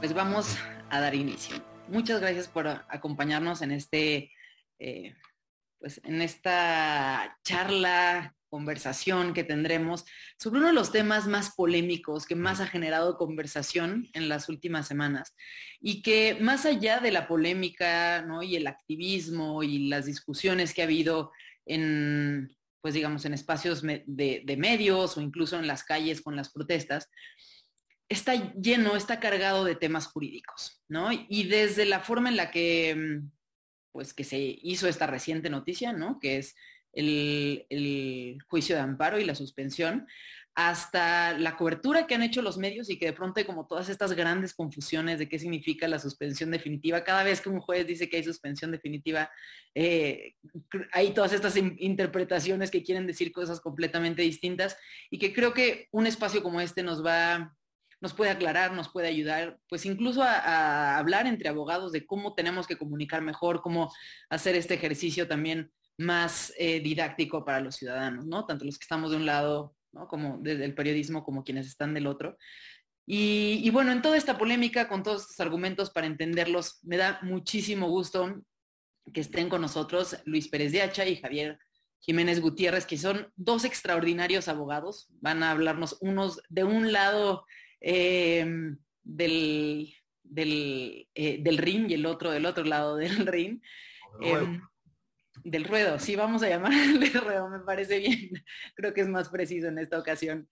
Pues vamos a dar inicio. Muchas gracias por acompañarnos en pues en esta charla, conversación que tendremos sobre uno de los temas más polémicos que más ha generado conversación en las últimas semanas y que más allá de la polémica, ¿no? Y el activismo y las discusiones que ha habido en, pues digamos, en espacios de medios o incluso en las calles con las protestas, está lleno, está cargado de temas jurídicos, ¿no? Y desde la forma en la que, pues, que se hizo esta reciente noticia, ¿no? Que es el juicio de amparo y la suspensión, hasta la cobertura que han hecho los medios y que de pronto hay como todas estas grandes confusiones de qué significa la suspensión definitiva. Cada vez que un juez dice que hay suspensión definitiva, eh, hay todas estas interpretaciones que quieren decir cosas completamente distintas y que creo que un espacio como este nos puede aclarar, nos puede ayudar, pues incluso a hablar entre abogados de cómo tenemos que comunicar mejor, cómo hacer este ejercicio también más didáctico para los ciudadanos, ¿no? Tanto los que estamos de un lado, ¿no? Como desde el periodismo, como quienes están del otro. Y bueno, en toda esta polémica, con todos estos argumentos para entenderlos, me da muchísimo gusto que estén con nosotros Luis Pérez de Hacha y Javier Jiménez Gutiérrez, que son dos extraordinarios abogados. Van a hablarnos unos de un lado eh, del ring y el otro del otro lado del ring. Eh, del ruedo, sí, vamos a llamarle ruedo, me parece bien. Creo que es más preciso en esta ocasión.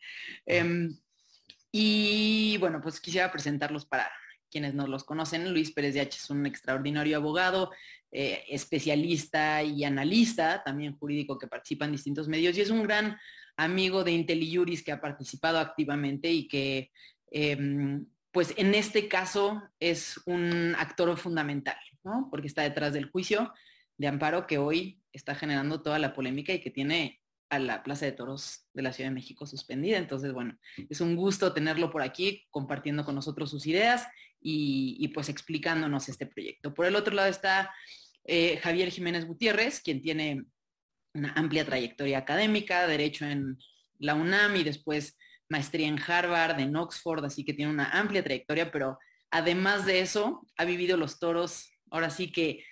Y bueno, pues quisiera presentarlos para quienes no los conocen. Luis Pérez de H es un extraordinario abogado, especialista y analista, también jurídico que participa en distintos medios y es un gran amigo de IntelliJuris que ha participado activamente y que pues en este caso es un actor fundamental, ¿no? Porque está detrás del juicio de amparo que hoy está generando toda la polémica y que tiene a la Plaza de Toros de la Ciudad de México suspendida. Entonces, bueno, es un gusto tenerlo por aquí compartiendo con nosotros sus ideas y pues explicándonos este proyecto. Por el otro lado está Javier Jiménez Gutiérrez, quien tiene una amplia trayectoria académica, derecho en la UNAM y después maestría en Harvard, en Oxford, así que tiene una amplia trayectoria, pero además de eso, ha vivido los toros, ahora sí que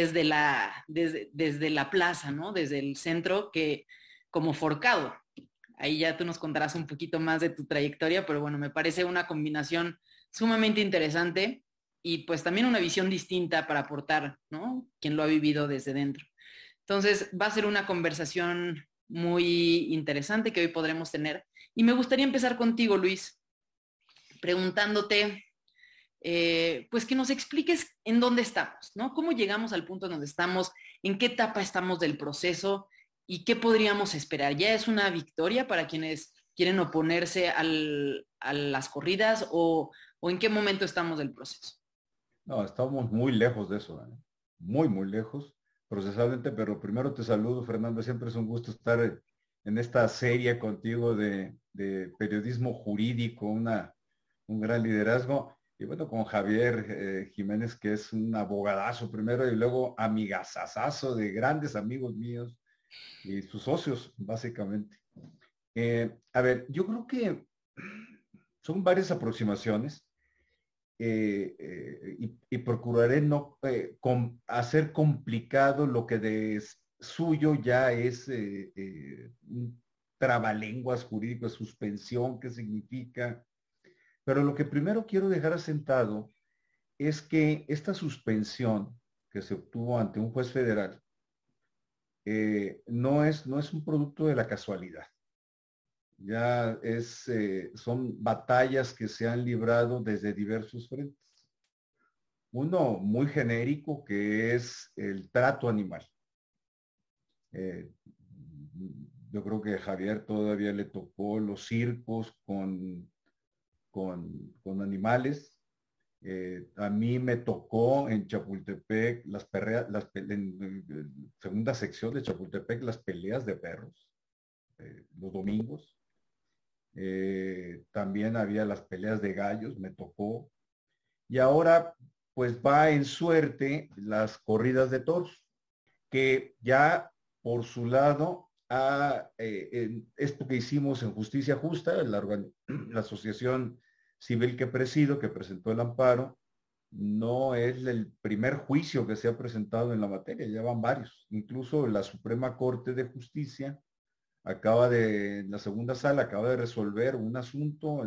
desde la plaza, ¿no? Desde el centro, que como forcado. Ahí ya tú nos contarás un poquito más de tu trayectoria, pero bueno, me parece una combinación sumamente interesante y pues también una visión distinta para aportar, ¿no? Quien lo ha vivido desde dentro. Entonces, va a ser una conversación muy interesante que hoy podremos tener. Y me gustaría empezar contigo, Luis, preguntándote, pues que nos expliques en dónde estamos, ¿no? ¿Cómo llegamos al punto en donde estamos? ¿En qué etapa estamos del proceso? ¿Y qué podríamos esperar? ¿Ya es una victoria para quienes quieren oponerse a las corridas o en qué momento estamos del proceso? No, estamos muy lejos de eso, ¿eh? Muy, muy lejos procesalmente, pero primero te saludo, Fernando. Siempre es un gusto estar en esta serie contigo de periodismo jurídico, un gran liderazgo. Y bueno, con Javier Jiménez, que es un abogadazo primero y luego amigazazazo de grandes amigos míos y sus socios, básicamente. A ver, yo creo que son varias aproximaciones y procuraré no hacer complicado lo que de suyo ya es un trabalenguas jurídico, suspensión, qué significa. Pero lo que primero quiero dejar asentado es que esta suspensión que se obtuvo ante un juez federal no es un producto de la casualidad. Ya son batallas que se han librado desde diversos frentes. Uno muy genérico que es el trato animal. Eh, yo creo que a Javier todavía le tocó los circos con animales. A mí me tocó en Chapultepec en segunda sección de Chapultepec las peleas de perros los domingos. También había las peleas de gallos, me tocó. Y ahora pues va en suerte las corridas de toros, que ya por su lado, esto que hicimos en Justicia Justa, la Asociación civil que presido, que presentó el amparo, no es el primer juicio que se ha presentado en la materia, ya van varios. Incluso la Suprema Corte de Justicia en la segunda sala, acaba de resolver un asunto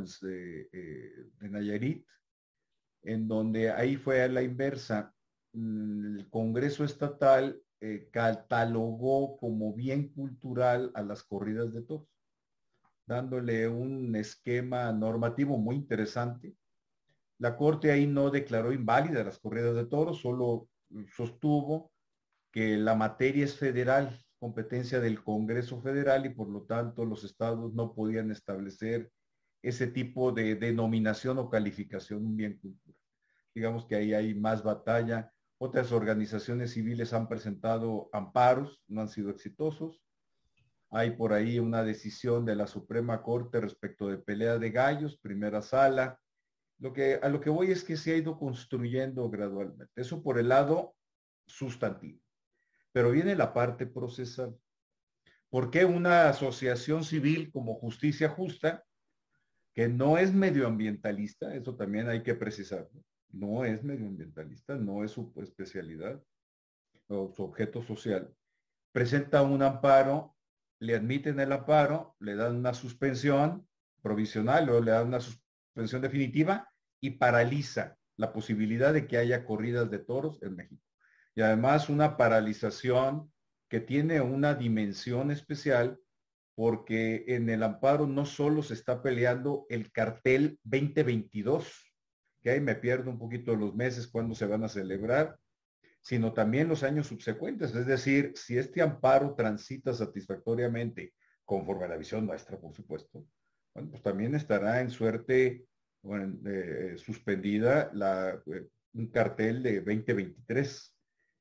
de Nayarit, en donde ahí fue a la inversa. El Congreso Estatal catalogó como bien cultural a las corridas de toros, dándole un esquema normativo muy interesante. La Corte ahí no declaró inválidas las corridas de toros, solo sostuvo que la materia es federal, competencia del Congreso Federal, y por lo tanto los estados no podían establecer ese tipo de denominación o calificación un bien cultural. Digamos que ahí hay más batalla. Otras organizaciones civiles han presentado amparos, no han sido exitosos. Hay por ahí una decisión de la Suprema Corte respecto de pelea de gallos, primera sala. A lo que voy es que se ha ido construyendo gradualmente. Eso por el lado sustantivo. Pero viene la parte procesal. ¿Por qué una asociación civil como Justicia Justa, que no es medioambientalista, eso también hay que precisarlo, no es medioambientalista, no es su especialidad o su objeto social, presenta un amparo, le admiten el amparo, le dan una suspensión provisional o le dan una suspensión definitiva y paraliza la posibilidad de que haya corridas de toros en México? Y además una paralización que tiene una dimensión especial, porque en el amparo no solo se está peleando el cartel 2022, que ahí me pierdo un poquito los meses cuando se van a celebrar, sino también los años subsecuentes. Es decir, si este amparo transita satisfactoriamente, conforme a la visión nuestra, por supuesto, bueno, pues también estará en suerte suspendida un cartel de 2023.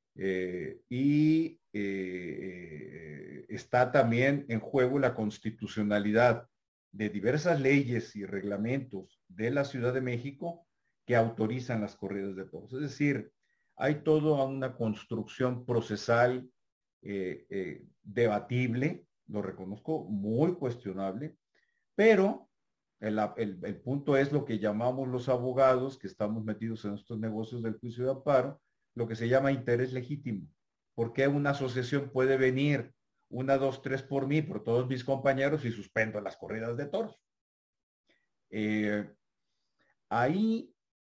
Está también en juego la constitucionalidad de diversas leyes y reglamentos de la Ciudad de México que autorizan las corridas de toros. Es decir, hay toda una construcción procesal debatible, lo reconozco, muy cuestionable, pero el punto es lo que llamamos los abogados que estamos metidos en estos negocios del juicio de amparo, lo que se llama interés legítimo. ¿Por qué una asociación puede venir una, dos, tres por mí, por todos mis compañeros y suspendo las corridas de toros? Ahí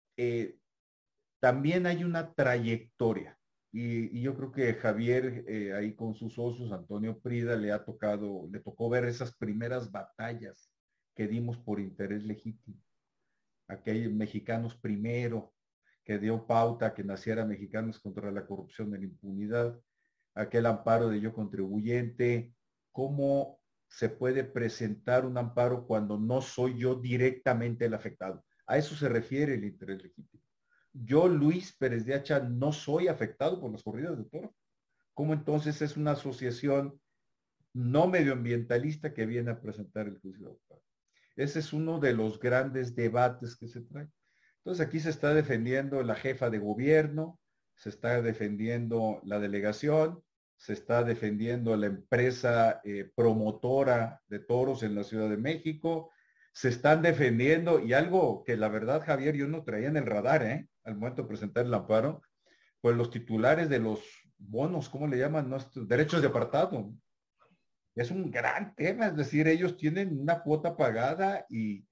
también hay una trayectoria y yo creo que Javier ahí con sus socios, Antonio Prida, le tocó ver esas primeras batallas que dimos por interés legítimo. Aquellos mexicanos primero, que dio pauta a que naciera Mexicanos contra la Corrupción y la Impunidad, aquel amparo de yo contribuyente, cómo se puede presentar un amparo cuando no soy yo directamente el afectado. A eso se refiere el interés legítimo. Yo, Luis Pérez de Hacha, no soy afectado por las corridas de toros. ¿Cómo entonces es una asociación no medioambientalista que viene a presentar el juicio de amparo? Ese es uno de los grandes debates que se trae. Entonces aquí se está defendiendo la jefa de gobierno, se está defendiendo la delegación, se está defendiendo la empresa promotora de toros en la Ciudad de México, se están defendiendo, y algo que la verdad, Javier, yo no traía en el radar, al momento de presentar el amparo, pues los titulares de los bonos, ¿cómo le llaman? Nuestros derechos de apartado. Es un gran tema, es decir, ellos tienen una cuota pagada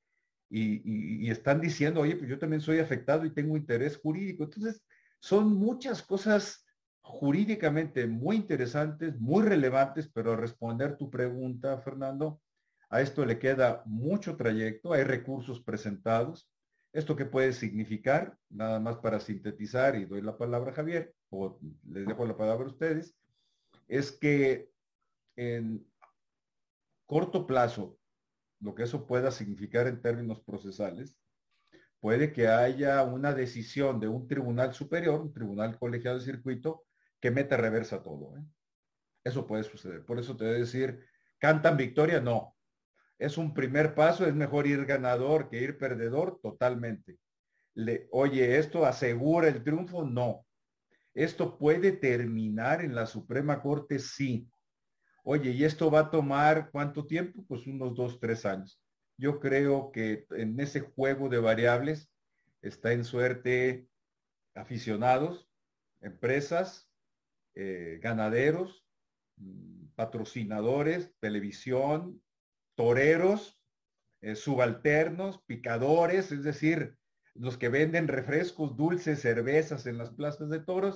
y están diciendo, oye, pues yo también soy afectado y tengo interés jurídico. Entonces, son muchas cosas jurídicamente muy interesantes, muy relevantes, pero a responder tu pregunta, Fernando, a esto le queda mucho trayecto, hay recursos presentados. ¿Esto qué puede significar? Nada más para sintetizar, y doy la palabra a Javier, o les dejo la palabra a ustedes, es que en corto plazo, lo que eso pueda significar en términos procesales, puede que haya una decisión de un tribunal superior, un tribunal colegiado de circuito, que meta reversa todo. Eso puede suceder. Por eso te voy a decir, ¿cantan victoria? No. Es un primer paso, es mejor ir ganador que ir perdedor, totalmente. Oye, ¿esto asegura el triunfo? No. ¿Esto puede terminar en la Suprema Corte? Sí. Oye, ¿y esto va a tomar cuánto tiempo? Pues unos 2, 3 años. yo creo que en ese juego de variables está en suerte aficionados, empresas, ganaderos, patrocinadores, televisión, toreros, subalternos, picadores, es decir, los que venden refrescos, dulces, cervezas en las plazas de toros.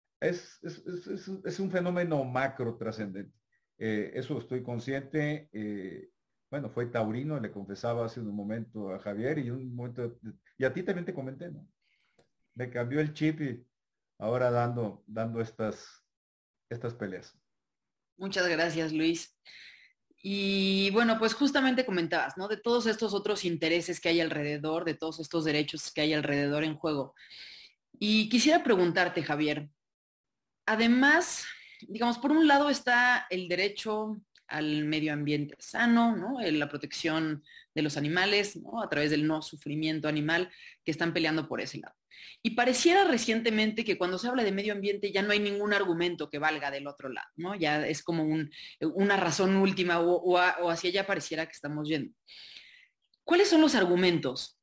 Es un fenómeno macro trascendente. Eso estoy consciente. Bueno, fue taurino, le confesaba hace un momento a Javier y a ti también te comenté, ¿no? Me cambió el chip y ahora dando estas peleas. Muchas gracias, Luis. Y bueno, pues justamente comentabas, ¿no? De todos estos otros intereses que hay alrededor, de todos estos derechos que hay alrededor en juego. Y quisiera preguntarte, Javier, además, digamos, por un lado está el derecho al medio ambiente sano, ¿no? La protección de los animales, ¿no? A través del no sufrimiento animal, que están peleando por ese lado. Y pareciera recientemente que cuando se habla de medio ambiente ya no hay ningún argumento que valga del otro lado, ¿no? Ya es como una razón última o hacia allá pareciera que estamos yendo. ¿Cuáles son los argumentos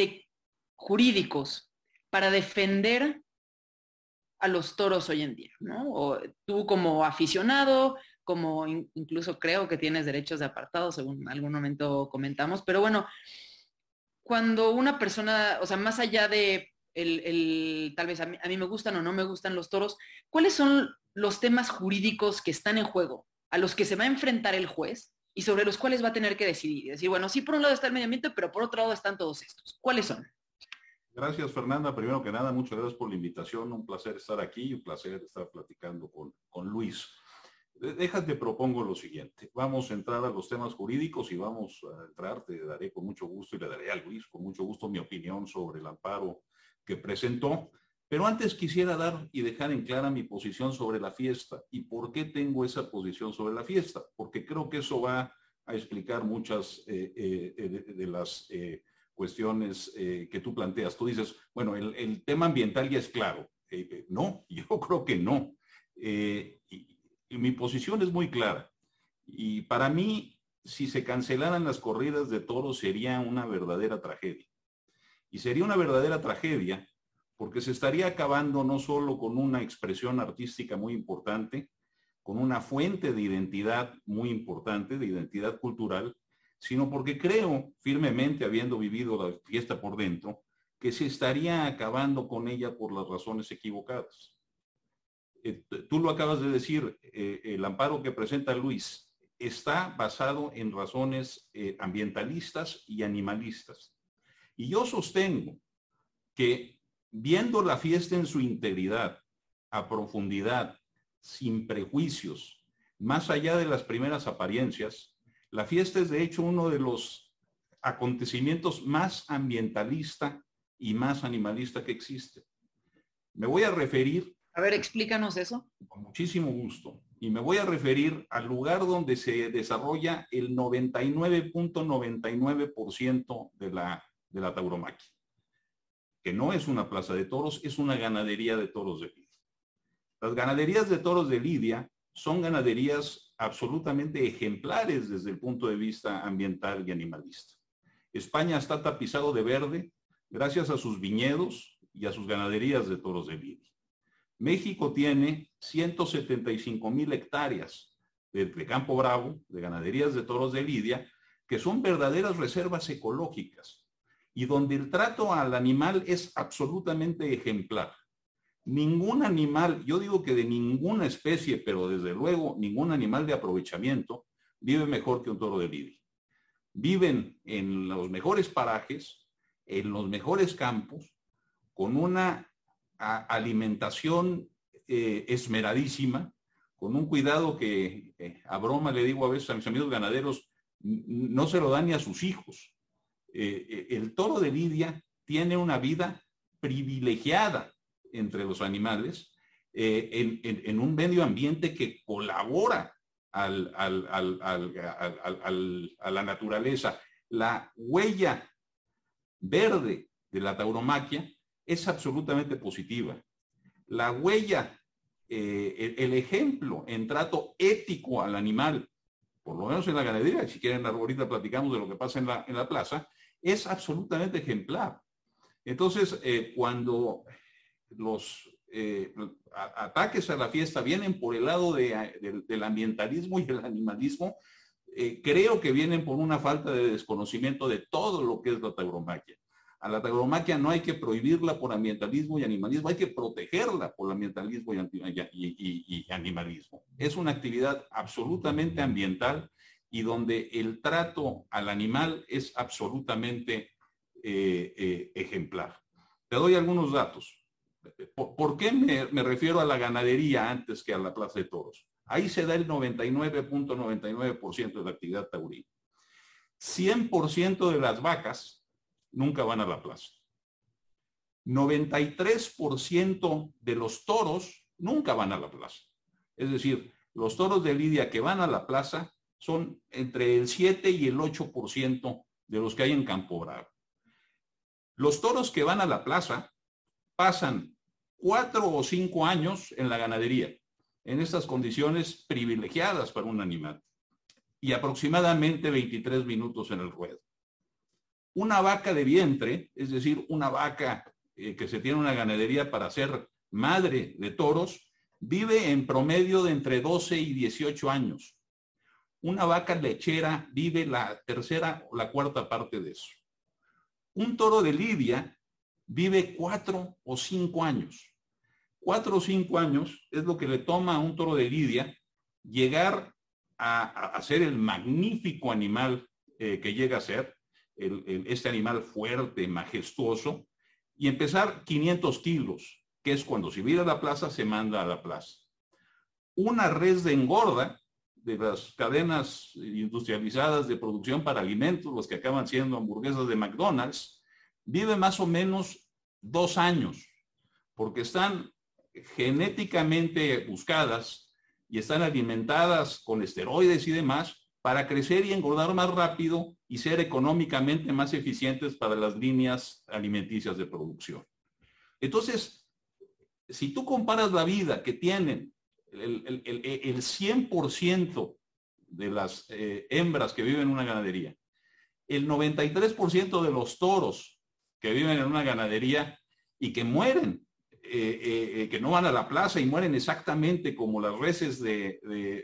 jurídicos para defender a los toros hoy en día, ¿no? O tú como aficionado, como incluso creo que tienes derechos de apartado, según en algún momento comentamos, pero bueno, cuando una persona, o sea, más allá de tal vez a mí me gustan o no me gustan los toros, ¿cuáles son los temas jurídicos que están en juego, a los que se va a enfrentar el juez y sobre los cuales va a tener que decidir? Decir, bueno, sí, por un lado está el medio ambiente, pero por otro lado están todos estos. ¿Cuáles son? Gracias, Fernanda. Primero que nada, muchas gracias por la invitación. Un placer estar aquí y un placer estar platicando con Luis. Déjate, propongo lo siguiente. Vamos a entrar a los temas jurídicos y vamos a entrar, te daré con mucho gusto y le daré a Luis con mucho gusto mi opinión sobre el amparo que presentó. Pero antes quisiera dar y dejar en clara mi posición sobre la fiesta. ¿Y por qué tengo esa posición sobre la fiesta? Porque creo que eso va a explicar muchas de las cuestiones que tú planteas. Tú dices, bueno, el tema ambiental ya es claro. No, yo creo que no. Y mi posición es muy clara. Y para mí, si se cancelaran las corridas de toros, sería una verdadera tragedia. Y sería una verdadera tragedia porque se estaría acabando no solo con una expresión artística muy importante, con una fuente de identidad muy importante, de identidad cultural, sino porque creo firmemente, habiendo vivido la fiesta por dentro, que se estaría acabando con ella por las razones equivocadas. Tú lo acabas de decir, el amparo que presenta Luis está basado en razones ambientalistas y animalistas. Y yo sostengo que viendo la fiesta en su integridad, a profundidad, sin prejuicios, más allá de las primeras apariencias, la fiesta es de hecho uno de los acontecimientos más ambientalista y más animalista que existe. Me voy a referir... A ver, explícanos eso. Con muchísimo gusto. Y me voy a referir al lugar donde se desarrolla el 99.99% de la tauromaquia, que no es una plaza de toros, es una ganadería de toros de Lidia. Las ganaderías de toros de Lidia son ganaderías absolutamente ejemplares desde el punto de vista ambiental y animalista. España está tapizado de verde gracias a sus viñedos y a sus ganaderías de toros de Lidia. México tiene 175,000 hectáreas de Campo Bravo, de ganaderías de toros de Lidia, que son verdaderas reservas ecológicas y donde el trato al animal es absolutamente ejemplar. Ningún animal, yo digo que de ninguna especie, pero desde luego ningún animal de aprovechamiento vive mejor que un toro de Lidia. Viven en los mejores parajes, en los mejores campos, con una alimentación esmeradísima, con un cuidado que a broma le digo a veces a mis amigos ganaderos, no se lo dan ni a sus hijos. El toro de Lidia tiene una vida privilegiada entre los animales en un medio ambiente que colabora a la naturaleza. La huella verde de la tauromaquia es absolutamente positiva. La huella, el ejemplo en trato ético al animal por lo menos en la ganadería, y si quieren ahorita platicamos de lo que pasa en la plaza, es absolutamente ejemplar. Entonces, cuando los ataques a la fiesta vienen por el lado del ambientalismo y el animalismo, creo que vienen por una falta de desconocimiento de todo lo que es la tauromaquia. A la tauromaquia no hay que prohibirla por ambientalismo y animalismo, hay que protegerla por ambientalismo y animalismo. Es una actividad absolutamente ambiental y donde el trato al animal es absolutamente ejemplar. Te doy algunos datos. ¿Por qué me refiero a la ganadería antes que a la plaza de toros? Ahí se da el 99.99% de la actividad taurina. 100% de las vacas nunca van a la plaza. 93% de los toros nunca van a la plaza. Es decir, los toros de lidia que van a la plaza son entre el 7 y el 8% de los que hay en Campo Bravo. Los toros que van a la plaza pasan 4 o 5 años en la ganadería, en estas condiciones privilegiadas para un animal, y aproximadamente 23 minutos en el ruedo. Una vaca de vientre, es decir, una vaca que se tiene una ganadería para ser madre de toros, vive en promedio de entre 12 y 18 años. Una vaca lechera vive la tercera o la cuarta parte de eso. Un toro de lidia vive 4 o 5 años. 4 o 5 años es lo que le toma a un toro de lidia llegar a ser el magnífico animal que llega a ser, este animal fuerte, majestuoso, y empezar 500 kilos, que es cuando si viene a la plaza, se manda a la plaza. Una res de engorda de las cadenas industrializadas de producción para alimentos, los que acaban siendo hamburguesas de McDonald's, vive más o menos 2 años, porque están genéticamente buscadas y están alimentadas con esteroides y demás para crecer y engordar más rápido y ser económicamente más eficientes para las líneas alimenticias de producción. Entonces, si tú comparas la vida que tienen el 100% de las hembras que viven en una ganadería, el 93% de los toros que viven en una ganadería y que mueren, que no van a la plaza y mueren exactamente como las reses de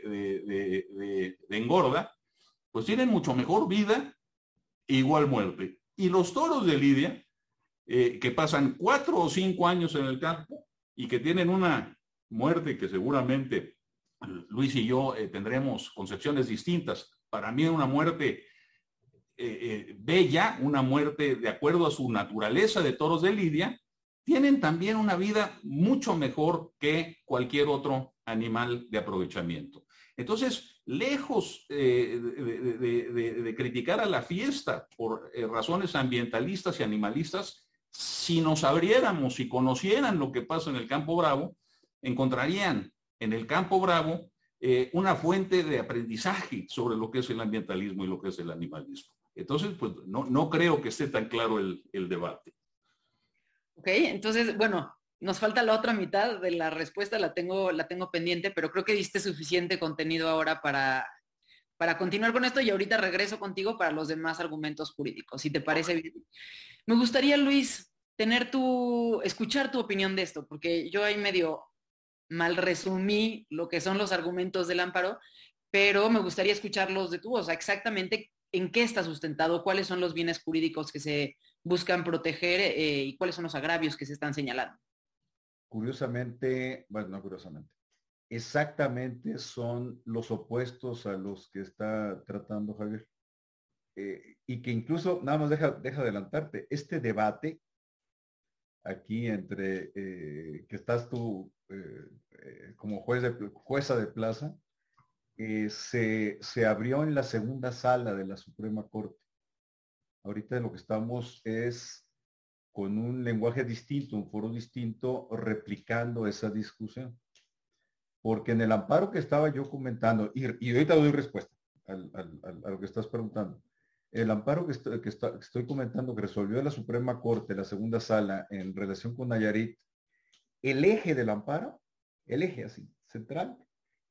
engorda, pues tienen mucho mejor vida e igual muerte. Y los toros de lidia, que pasan 4 o 5 años en el campo y que tienen una muerte que seguramente Luis y yo tendremos concepciones distintas. Para mí una muerte bella, una muerte de acuerdo a su naturaleza de toros de lidia, tienen también una vida mucho mejor que cualquier otro animal de aprovechamiento. Entonces, lejos de criticar a la fiesta por razones ambientalistas y animalistas, si nos abriéramos y conocieran lo que pasa en el Campo Bravo, encontrarían en el Campo Bravo una fuente de aprendizaje sobre lo que es el ambientalismo y lo que es el animalismo. Entonces, pues no creo que esté tan claro el debate. Ok, entonces, bueno, nos falta la otra mitad de la respuesta, la tengo pendiente, pero creo que diste suficiente contenido ahora para continuar con esto y ahorita regreso contigo para los demás argumentos jurídicos, si te parece bien. Me gustaría, Luis, escuchar tu opinión de esto, porque yo ahí medio mal resumí lo que son los argumentos del amparo, pero me gustaría escucharlos de tú, o sea, exactamente en qué está sustentado, cuáles son los bienes jurídicos que se buscan proteger y cuáles son los agravios que se están señalando. Curiosamente, bueno, no curiosamente, exactamente son los opuestos a los que está tratando Javier. Y que incluso, nada más deja adelantarte, este debate aquí entre que estás tú como jueza de plaza, se abrió en la segunda sala de la Suprema Corte. Ahorita lo que estamos es con un lenguaje distinto, un foro distinto, replicando esa discusión. Porque en el amparo que estaba yo comentando, y ahorita doy respuesta a lo que estás preguntando, el amparo que estoy comentando que resolvió la Suprema Corte, la segunda sala, en relación con Nayarit, el eje del amparo, el eje así, central,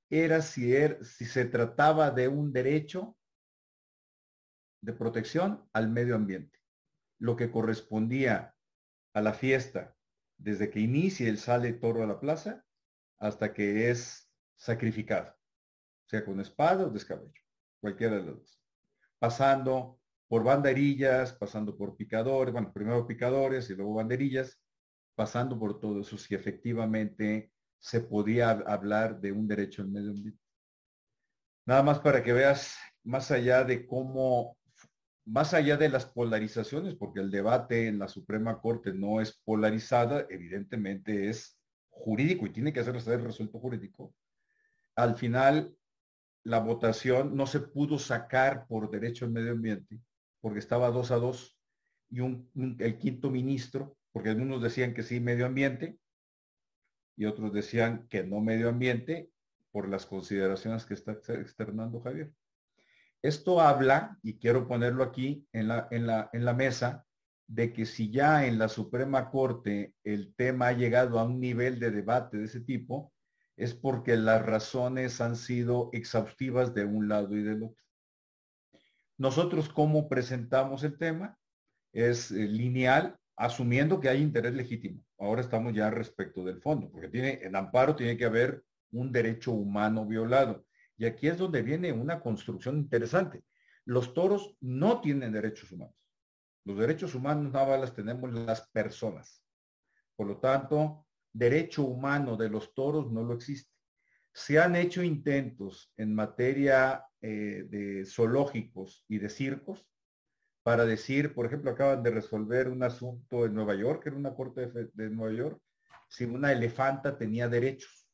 era si se trataba de un derecho de protección al medio ambiente, lo que correspondía a la fiesta desde que inicia el sale toro a la plaza hasta que es sacrificado, o sea, con espada o descabello, cualquiera de los dos, pasando por banderillas, pasando por picadores, bueno, primero picadores y luego banderillas, pasando por todo eso, si efectivamente se podía hablar de un derecho al medio ambiente. Nada más para que veas más allá de cómo, más allá de las polarizaciones, porque el debate en la Suprema Corte no es polarizada, evidentemente es jurídico y tiene que ser resuelto jurídico. Al final, la votación no se pudo sacar por derecho al medio ambiente, porque estaba 2-2, y el quinto ministro, porque algunos decían que sí medio ambiente, y otros decían que no medio ambiente, por las consideraciones que está externando Javier. Esto habla, y quiero ponerlo aquí en la mesa, de que si ya en la Suprema Corte el tema ha llegado a un nivel de debate de ese tipo, es porque las razones han sido exhaustivas de un lado y del otro. Nosotros, ¿cómo presentamos el tema? Es lineal, asumiendo que hay interés legítimo. Ahora estamos ya respecto del fondo, porque en amparo tiene que haber un derecho humano violado. Y aquí es donde viene una construcción interesante. Los toros no tienen derechos humanos. Los derechos humanos nada más las tenemos las personas. Por lo tanto, derecho humano de los toros no lo existe. Se han hecho intentos en materia de zoológicos y de circos para decir, por ejemplo, acaban de resolver un asunto en Nueva York, era una corte de Nueva York, si una elefanta tenía derechos.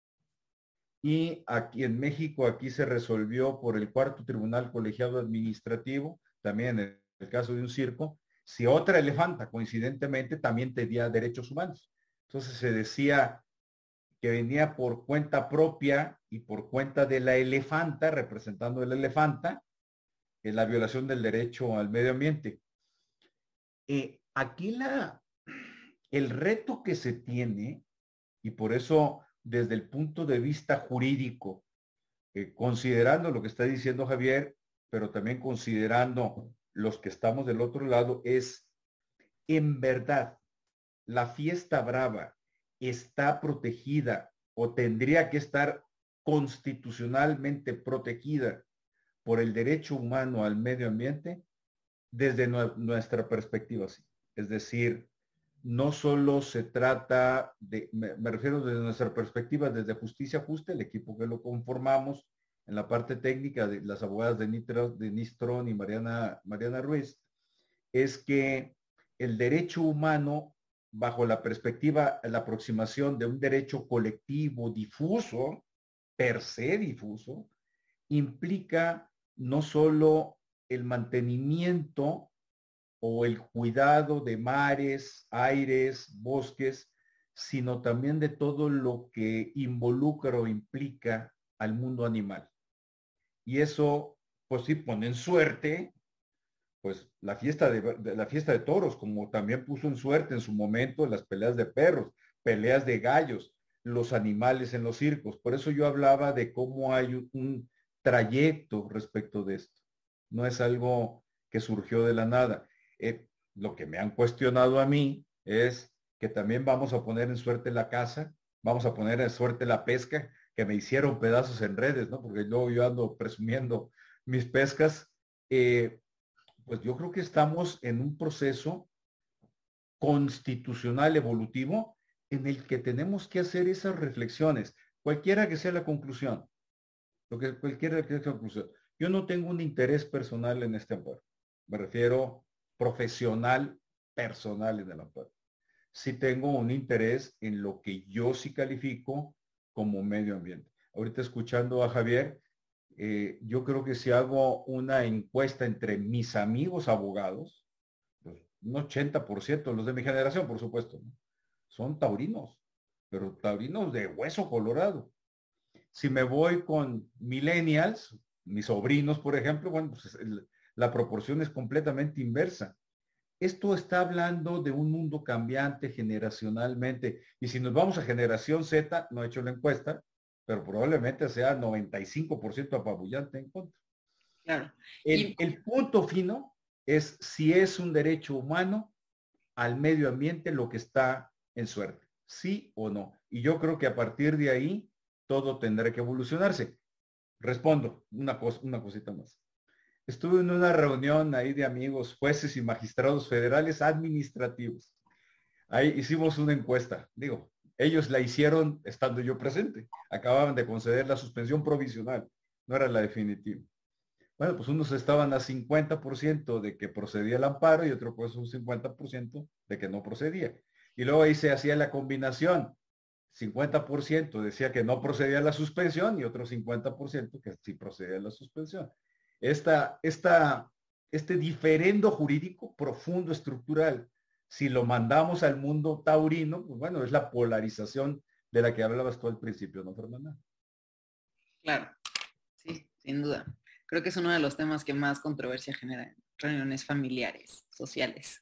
Y aquí en México, aquí se resolvió por el cuarto tribunal colegiado administrativo, también en el caso de un circo, si otra elefanta coincidentemente también tenía derechos humanos. Entonces se decía que venía por cuenta propia y por cuenta de la elefanta, representando a la elefanta, en la violación del derecho al medio ambiente. Aquí el reto que se tiene, y por eso desde el punto de vista jurídico, considerando lo que está diciendo Javier, pero también considerando los que estamos del otro lado, es en verdad la fiesta brava está protegida o tendría que estar constitucionalmente protegida por el derecho humano al medio ambiente. Desde nuestra perspectiva, sí. Es decir, no solo se trata de, me refiero desde nuestra perspectiva, desde Justicia Justa, el equipo que lo conformamos, en la parte técnica de las abogadas de Nistrón y Mariana Ruiz, es que el derecho humano, bajo la perspectiva, la aproximación de un derecho colectivo difuso, per se difuso, implica no solo el mantenimiento o el cuidado de mares, aires, bosques, sino también de todo lo que involucra o implica al mundo animal. Y eso, pues sí, pone en suerte, pues la fiesta de toros, como también puso en suerte en su momento las peleas de perros, peleas de gallos, los animales en los circos. Por eso yo hablaba de cómo hay un trayecto respecto de esto. No es algo que surgió de la nada. Lo que me han cuestionado a mí es que también vamos a poner en suerte la caza, vamos a poner en suerte la pesca, que me hicieron pedazos en redes, ¿no? Porque luego yo ando presumiendo mis pescas. Pues yo creo que estamos en un proceso constitucional evolutivo en el que tenemos que hacer esas reflexiones, cualquiera que sea la conclusión, cualquiera que sea la conclusión. Yo no tengo un interés personal en este amparo, me refiero profesional, personal en el amparo. Sí tengo un interés en lo que yo sí califico como medio ambiente. Ahorita escuchando a Javier, yo creo que si hago una encuesta entre mis amigos abogados, pues un 80%, los de mi generación, por supuesto, ¿no? Son taurinos, pero taurinos de hueso colorado. Si me voy con millennials, mis sobrinos, por ejemplo, bueno, pues la proporción es completamente inversa. Esto está hablando de un mundo cambiante generacionalmente. Y si nos vamos a generación Z, no he hecho la encuesta, pero probablemente sea 95% apabullante en contra. Claro. El punto fino es si es un derecho humano al medio ambiente lo que está en suerte, sí o no. Y yo creo que a partir de ahí todo tendrá que evolucionarse. Respondo una cosita más. Estuve en una reunión ahí de amigos, jueces y magistrados federales administrativos. Ahí hicimos una encuesta. Digo, ellos la hicieron estando yo presente. Acababan de conceder la suspensión provisional, no era la definitiva. Bueno, pues unos estaban a 50% de que procedía el amparo y otro pues un 50% de que no procedía. Y luego ahí se hacía la combinación. 50% decía que no procedía la suspensión y otro 50% que sí procedía la suspensión. Este diferendo jurídico profundo, estructural, si lo mandamos al mundo taurino, pues bueno, es la polarización de la que hablabas tú al principio, ¿no, Fernanda? Claro, sí, sin duda. Creo que es uno de los temas que más controversia genera en reuniones familiares, sociales.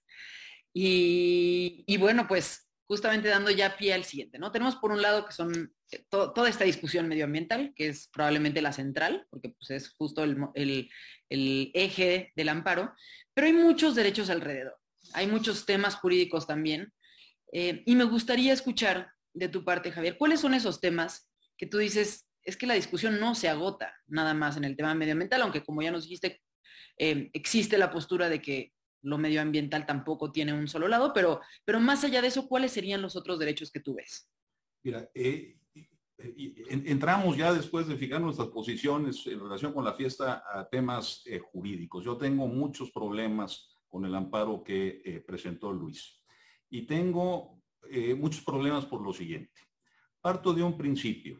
Y bueno, pues justamente dando ya pie al siguiente, ¿no? Tenemos por un lado que son toda esta discusión medioambiental, que es probablemente la central, porque pues, es justo el eje del amparo, pero hay muchos derechos alrededor. Hay muchos temas jurídicos también. Y me gustaría escuchar de tu parte, Javier, ¿cuáles son esos temas que tú dices, es que la discusión no se agota nada más en el tema medioambiental, aunque como ya nos dijiste, existe la postura de que lo medioambiental tampoco tiene un solo lado, pero más allá de eso, ¿cuáles serían los otros derechos que tú ves? Mira, entramos ya después de fijar nuestras posiciones en relación con la fiesta a temas jurídicos. Yo tengo muchos problemas con el amparo que presentó Luis. Y tengo muchos problemas por lo siguiente. Parto de un principio.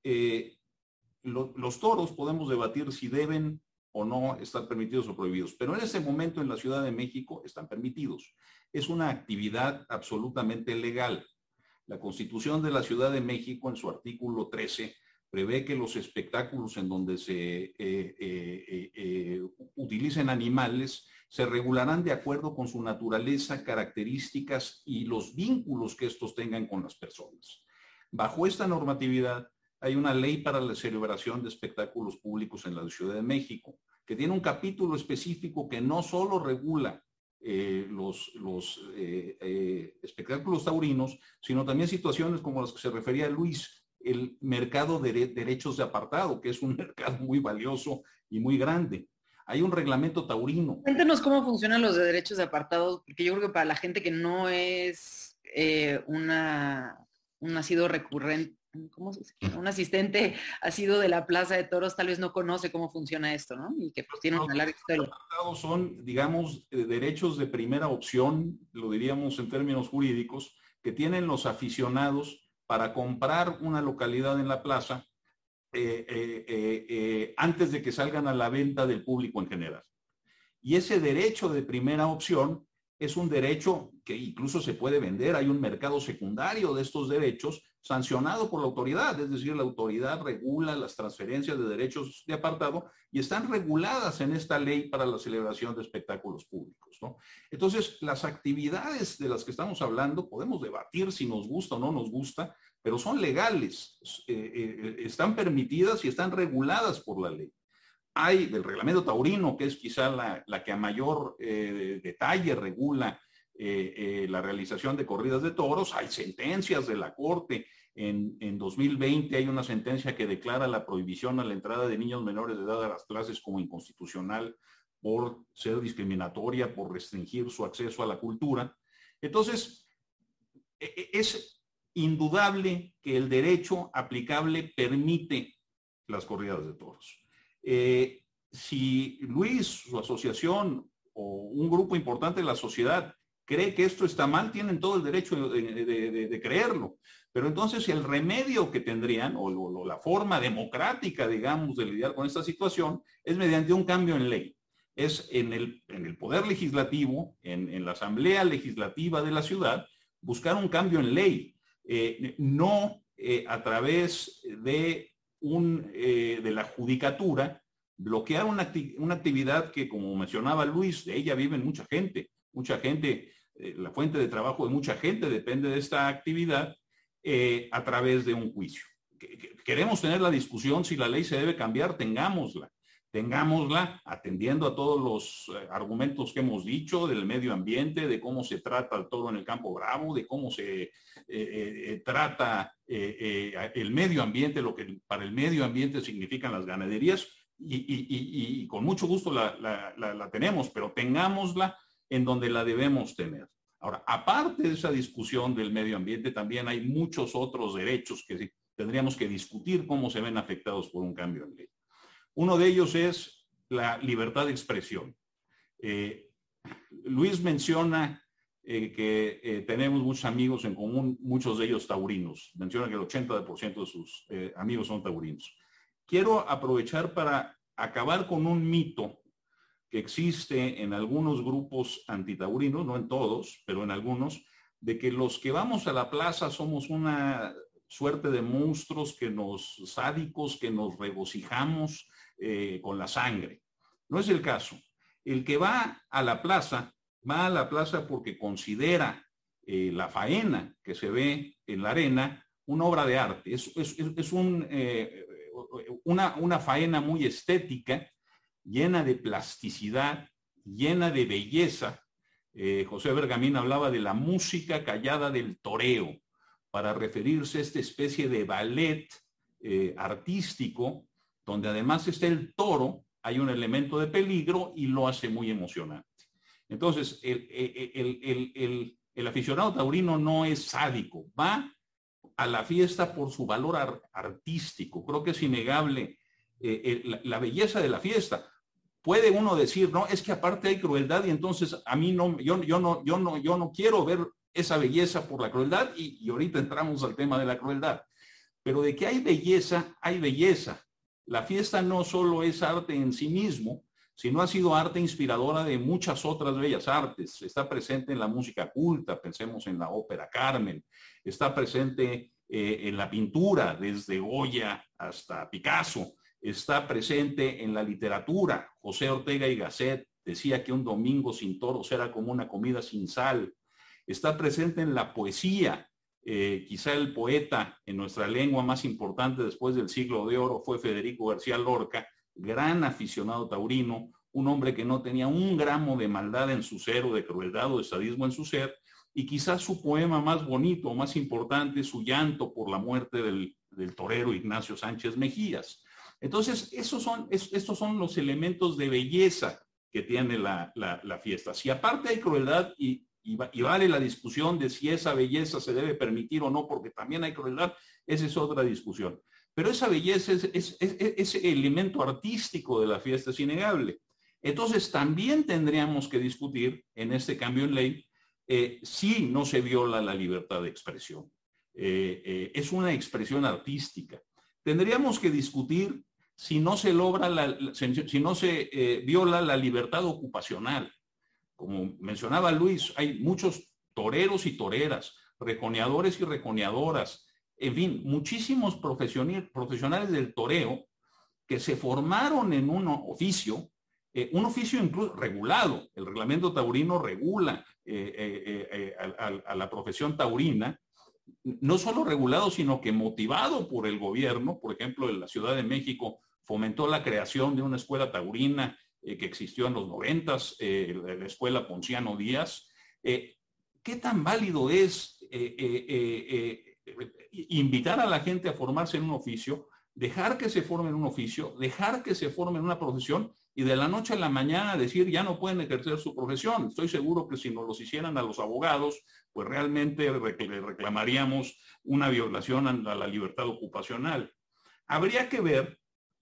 Los toros podemos debatir si deben o no estar permitidos o prohibidos, pero en ese momento en la Ciudad de México están permitidos. Es una actividad absolutamente legal. La Constitución de la Ciudad de México, en su artículo 13, prevé que los espectáculos en donde se utilicen animales se regularán de acuerdo con su naturaleza, características y los vínculos que estos tengan con las personas. Bajo esta normatividad, hay una ley para la celebración de espectáculos públicos en la Ciudad de México, que tiene un capítulo específico que no solo regula los espectáculos taurinos, sino también situaciones como las que se refería Luis, el mercado de derechos de apartado, que es un mercado muy valioso y muy grande. Hay un reglamento taurino. Cuéntanos cómo funcionan los de derechos de apartado, porque yo creo que para la gente que no es un asiduo recurrente, ¿cómo se dice? Un asistente asiduo de la Plaza de Toros tal vez no conoce cómo funciona esto, ¿no? Y que pues tiene una larga historia. Los son, digamos, derechos de primera opción, lo diríamos en términos jurídicos, que tienen los aficionados para comprar una localidad en la plaza antes de que salgan a la venta del público en general. Y ese derecho de primera opción es un derecho que incluso se puede vender. Hay un mercado secundario de estos derechos sancionado por la autoridad, es decir, la autoridad regula las transferencias de derechos de apartado y están reguladas en esta ley para la celebración de espectáculos públicos, ¿no? Entonces, las actividades de las que estamos hablando, podemos debatir si nos gusta o no nos gusta, pero son legales, están permitidas y están reguladas por la ley. Hay del reglamento taurino, que es quizá la que a mayor detalle regula la realización de corridas de toros. Hay sentencias de la Corte. En 2020 hay una sentencia que declara la prohibición a la entrada de niños menores de edad a las clases como inconstitucional por ser discriminatoria, por restringir su acceso a la cultura. Entonces, es indudable que el derecho aplicable permite las corridas de toros. Si Luis, su asociación o un grupo importante de la sociedad cree que esto está mal, tienen todo el derecho de creerlo. Pero entonces el remedio que tendrían, o la forma democrática, digamos, de lidiar con esta situación, es mediante un cambio en ley. Es en el Poder Legislativo, en la Asamblea Legislativa de la ciudad, buscar un cambio en ley, no a través de la judicatura, bloquear una actividad que, como mencionaba Luis, de ella vive mucha gente, la fuente de trabajo de mucha gente depende de esta actividad a través de un juicio, queremos tener la discusión si la ley se debe cambiar, tengámosla atendiendo a todos los argumentos que hemos dicho del medio ambiente, de cómo se trata el toro en el Campo Bravo, de cómo se trata el medio ambiente, lo que para el medio ambiente significan las ganaderías, y con mucho gusto la tenemos, pero tengámosla en donde la debemos tener. Ahora, aparte de esa discusión del medio ambiente, también hay muchos otros derechos que tendríamos que discutir cómo se ven afectados por un cambio en ley. Uno de ellos es la libertad de expresión. Luis menciona que tenemos muchos amigos en común, muchos de ellos taurinos. Menciona que el 80% de sus amigos son taurinos. Quiero aprovechar para acabar con un mito que existe en algunos grupos antitaurinos, no en todos, pero en algunos, de que los que vamos a la plaza somos una suerte de monstruos sádicos que nos regocijamos con la sangre. No es el caso. El que va a la plaza porque considera la faena que se ve en la arena una obra de arte. Es una faena muy estética, llena de plasticidad, llena de belleza. José Bergamín hablaba de la música callada del toreo, para referirse a esta especie de ballet artístico, donde además está el toro, hay un elemento de peligro y lo hace muy emocionante. Entonces, el aficionado taurino no es sádico, va a la fiesta por su valor artístico. Creo que es innegable la belleza de la fiesta. Puede uno decir, no, es que aparte hay crueldad y entonces a mí no, yo no quiero ver esa belleza por la crueldad, y ahorita entramos al tema de la crueldad. Pero de que hay belleza, hay belleza. La fiesta no solo es arte en sí mismo, sino ha sido arte inspiradora de muchas otras bellas artes. Está presente en la música culta, pensemos en la ópera Carmen, está presente en la pintura, desde Goya hasta Picasso, está presente en la literatura. José Ortega y Gasset decía que un domingo sin toros era como una comida sin sal. Está presente en la poesía. Quizá el poeta en nuestra lengua más importante después del Siglo de Oro fue Federico García Lorca, gran aficionado taurino, un hombre que no tenía un gramo de maldad en su ser, o de crueldad o de sadismo en su ser, y quizás su poema más bonito, más importante, su llanto por la muerte del torero Ignacio Sánchez Mejías. Entonces, estos son los elementos de belleza que tiene la fiesta. Si aparte hay crueldad y vale la discusión de si esa belleza se debe permitir o no, porque también hay crueldad, esa es otra discusión. Pero esa belleza, ese elemento artístico de la fiesta es innegable. Entonces también tendríamos que discutir en este cambio en ley si no se viola la libertad de expresión. Es una expresión artística. Tendríamos que discutir si no se viola la libertad ocupacional. Como mencionaba Luis, hay muchos toreros y toreras, reconeadores y reconeadoras, en fin, muchísimos profesionales del toreo que se formaron en un oficio incluso regulado. El reglamento taurino regula a la profesión taurina, no solo regulado, sino que motivado por el gobierno. Por ejemplo, en la Ciudad de México fomentó la creación de una escuela taurina que existió en los 90s, la escuela Ponciano Díaz. ¿Qué tan válido es invitar a la gente a formarse en un oficio, dejar que se forme en un oficio, dejar que se forme en una profesión, y de la noche a la mañana decir ya no pueden ejercer su profesión? Estoy seguro que si nos los hicieran a los abogados, pues realmente le reclamaríamos una violación a la libertad ocupacional. Habría que ver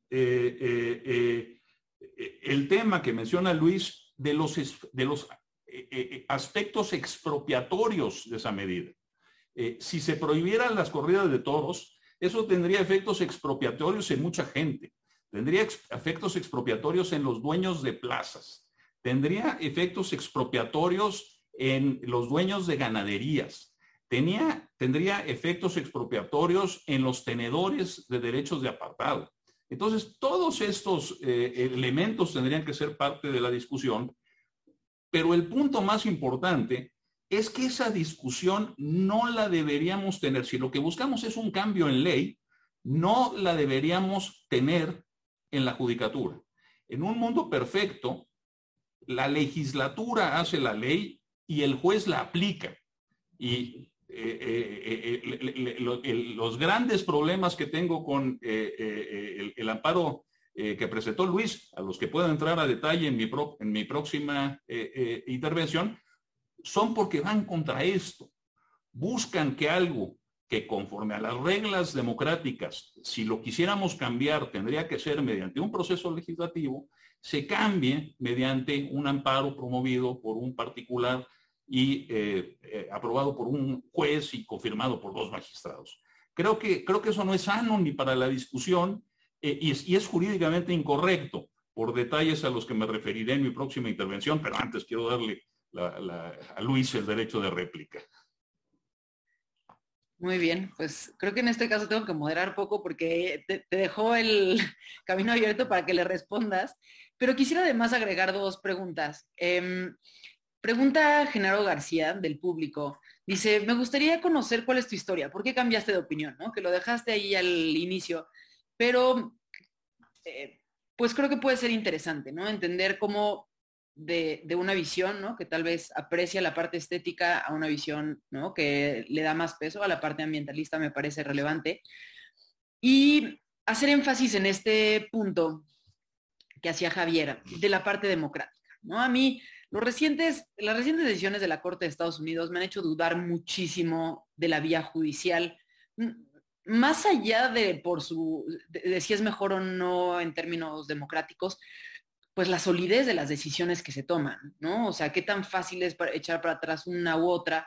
el tema que menciona Luis de los aspectos expropiatorios de esa medida. Si se prohibieran las corridas de toros, eso tendría efectos expropiatorios en mucha gente. Tendría efectos expropiatorios en los dueños de plazas. Tendría efectos expropiatorios en los dueños de ganaderías. Tendría efectos expropiatorios en los tenedores de derechos de apartado. Entonces, todos estos elementos tendrían que ser parte de la discusión, pero el punto más importante es que esa discusión no la deberíamos tener. Si lo que buscamos es un cambio en ley, no la deberíamos tener en la judicatura. En un mundo perfecto, la legislatura hace la ley y el juez la aplica. Y los grandes problemas que tengo con el amparo que presentó Luis, a los que puedo entrar a detalle en mi próxima intervención, son porque van contra esto. Buscan que algo que conforme a las reglas democráticas, si lo quisiéramos cambiar, tendría que ser mediante un proceso legislativo, se cambie mediante un amparo promovido por un particular y aprobado por un juez y confirmado por 2 magistrados. Creo que eso no es sano ni para la discusión y es jurídicamente incorrecto, por detalles a los que me referiré en mi próxima intervención, pero antes quiero darle a Luis el derecho de réplica. Muy bien, pues creo que en este caso tengo que moderar poco porque te dejó el camino abierto para que le respondas, pero quisiera además agregar 2 preguntas. Pregunta Genaro García del público. Dice, me gustaría conocer cuál es tu historia, por qué cambiaste de opinión, ¿no? Que lo dejaste ahí al inicio, pero pues creo que puede ser interesante, ¿no? Entender cómo de una visión, ¿no? Que tal vez aprecia la parte estética a una visión, ¿no? Que le da más peso a la parte ambientalista, me parece relevante. Y hacer énfasis en este punto que hacía Javier, de la parte democrática, ¿no? A mí, las recientes decisiones de la Corte de Estados Unidos me han hecho dudar muchísimo de la vía judicial, más allá de si es mejor o no en términos democráticos, pues la solidez de las decisiones que se toman, ¿no? O sea, qué tan fácil es echar para atrás una u otra.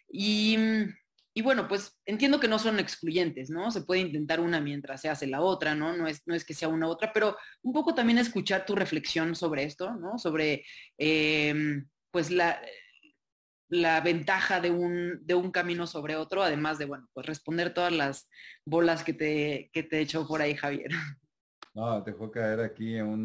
Y bueno, pues entiendo que no son excluyentes, ¿no? Se puede intentar una mientras se hace la otra, ¿no? No es que sea una u otra, pero un poco también escuchar tu reflexión sobre esto, ¿no? Sobre, pues, la ventaja de un camino sobre otro, además de, bueno, pues responder todas las bolas que te echó por ahí, Javier. No, dejó caer aquí en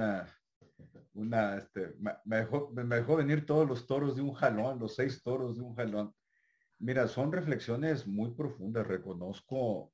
me dejó venir todos los toros de un jalón, los 6 toros de un jalón. Mira, son reflexiones muy profundas, reconozco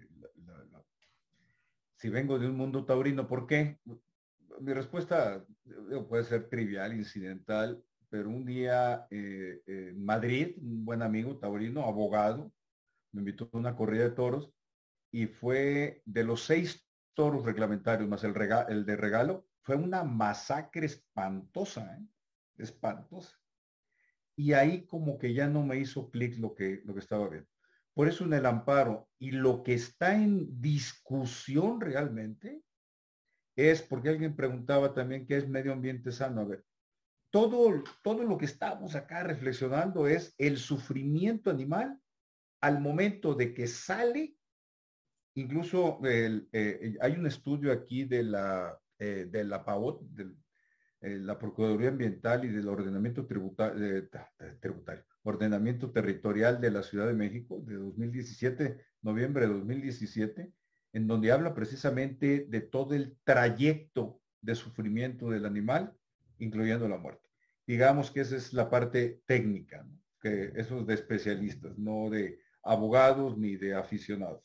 si vengo de un mundo taurino, ¿por qué? Mi respuesta puede ser trivial, incidental, pero un día en Madrid, un buen amigo taurino, abogado, me invitó a una corrida de toros y fue de los 6 toros reglamentarios más el de regalo, fue una masacre espantosa, espantosa. Y ahí como que ya no me hizo clic lo que estaba viendo. Por eso en el amparo, y lo que está en discusión realmente, es porque alguien preguntaba también qué es medio ambiente sano. A ver, todo lo que estamos acá reflexionando es el sufrimiento animal al momento de que sale. Incluso hay un estudio aquí de la PAOT, la Procuraduría Ambiental y del Ordenamiento Tributario, Ordenamiento Territorial de la Ciudad de México, de 2017, noviembre de 2017, en donde habla precisamente de todo el trayecto de sufrimiento del animal, incluyendo la muerte. Digamos que esa es la parte técnica, ¿no? Que eso es de especialistas, no de abogados ni de aficionados.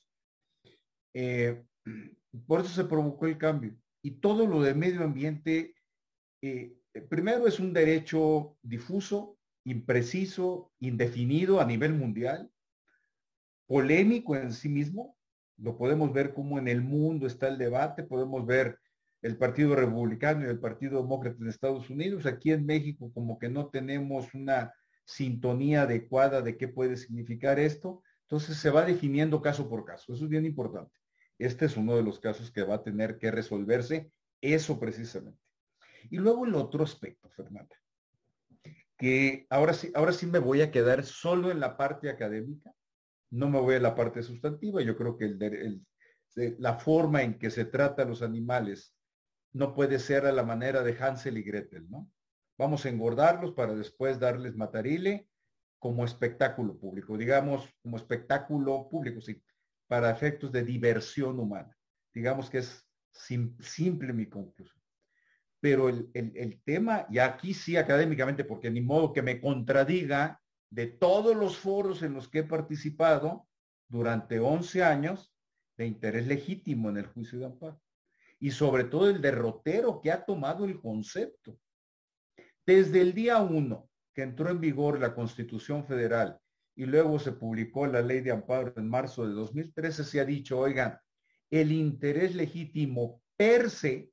Por eso se provocó el cambio. Y todo lo de medio ambiente, primero es un derecho difuso, impreciso, indefinido a nivel mundial, polémico en sí mismo. Lo podemos ver como en el mundo está el debate, podemos ver el Partido Republicano y el Partido Demócrata en Estados Unidos. Aquí en México como que no tenemos una sintonía adecuada de qué puede significar esto. Entonces se va definiendo caso por caso. Eso es bien importante. Este es uno de los casos que va a tener que resolverse, eso precisamente. Y luego el otro aspecto, Fernanda, que ahora sí me voy a quedar solo en la parte académica, no me voy a la parte sustantiva. Yo creo que la forma en que se trata a los animales no puede ser a la manera de Hansel y Gretel, ¿no? Vamos a engordarlos para después darles matarile como espectáculo público, digamos, como espectáculo público, sí, para efectos de diversión humana. Digamos que es simple mi conclusión. Pero el tema, y aquí sí académicamente, porque ni modo que me contradiga, de todos los foros en los que he participado durante 11 años, de interés legítimo en el juicio de amparo. Y sobre todo el derrotero que ha tomado el concepto. Desde el día 1 que entró en vigor la Constitución Federal y luego se publicó la Ley de Amparo en marzo de 2013, se ha dicho, oigan, el interés legítimo per se,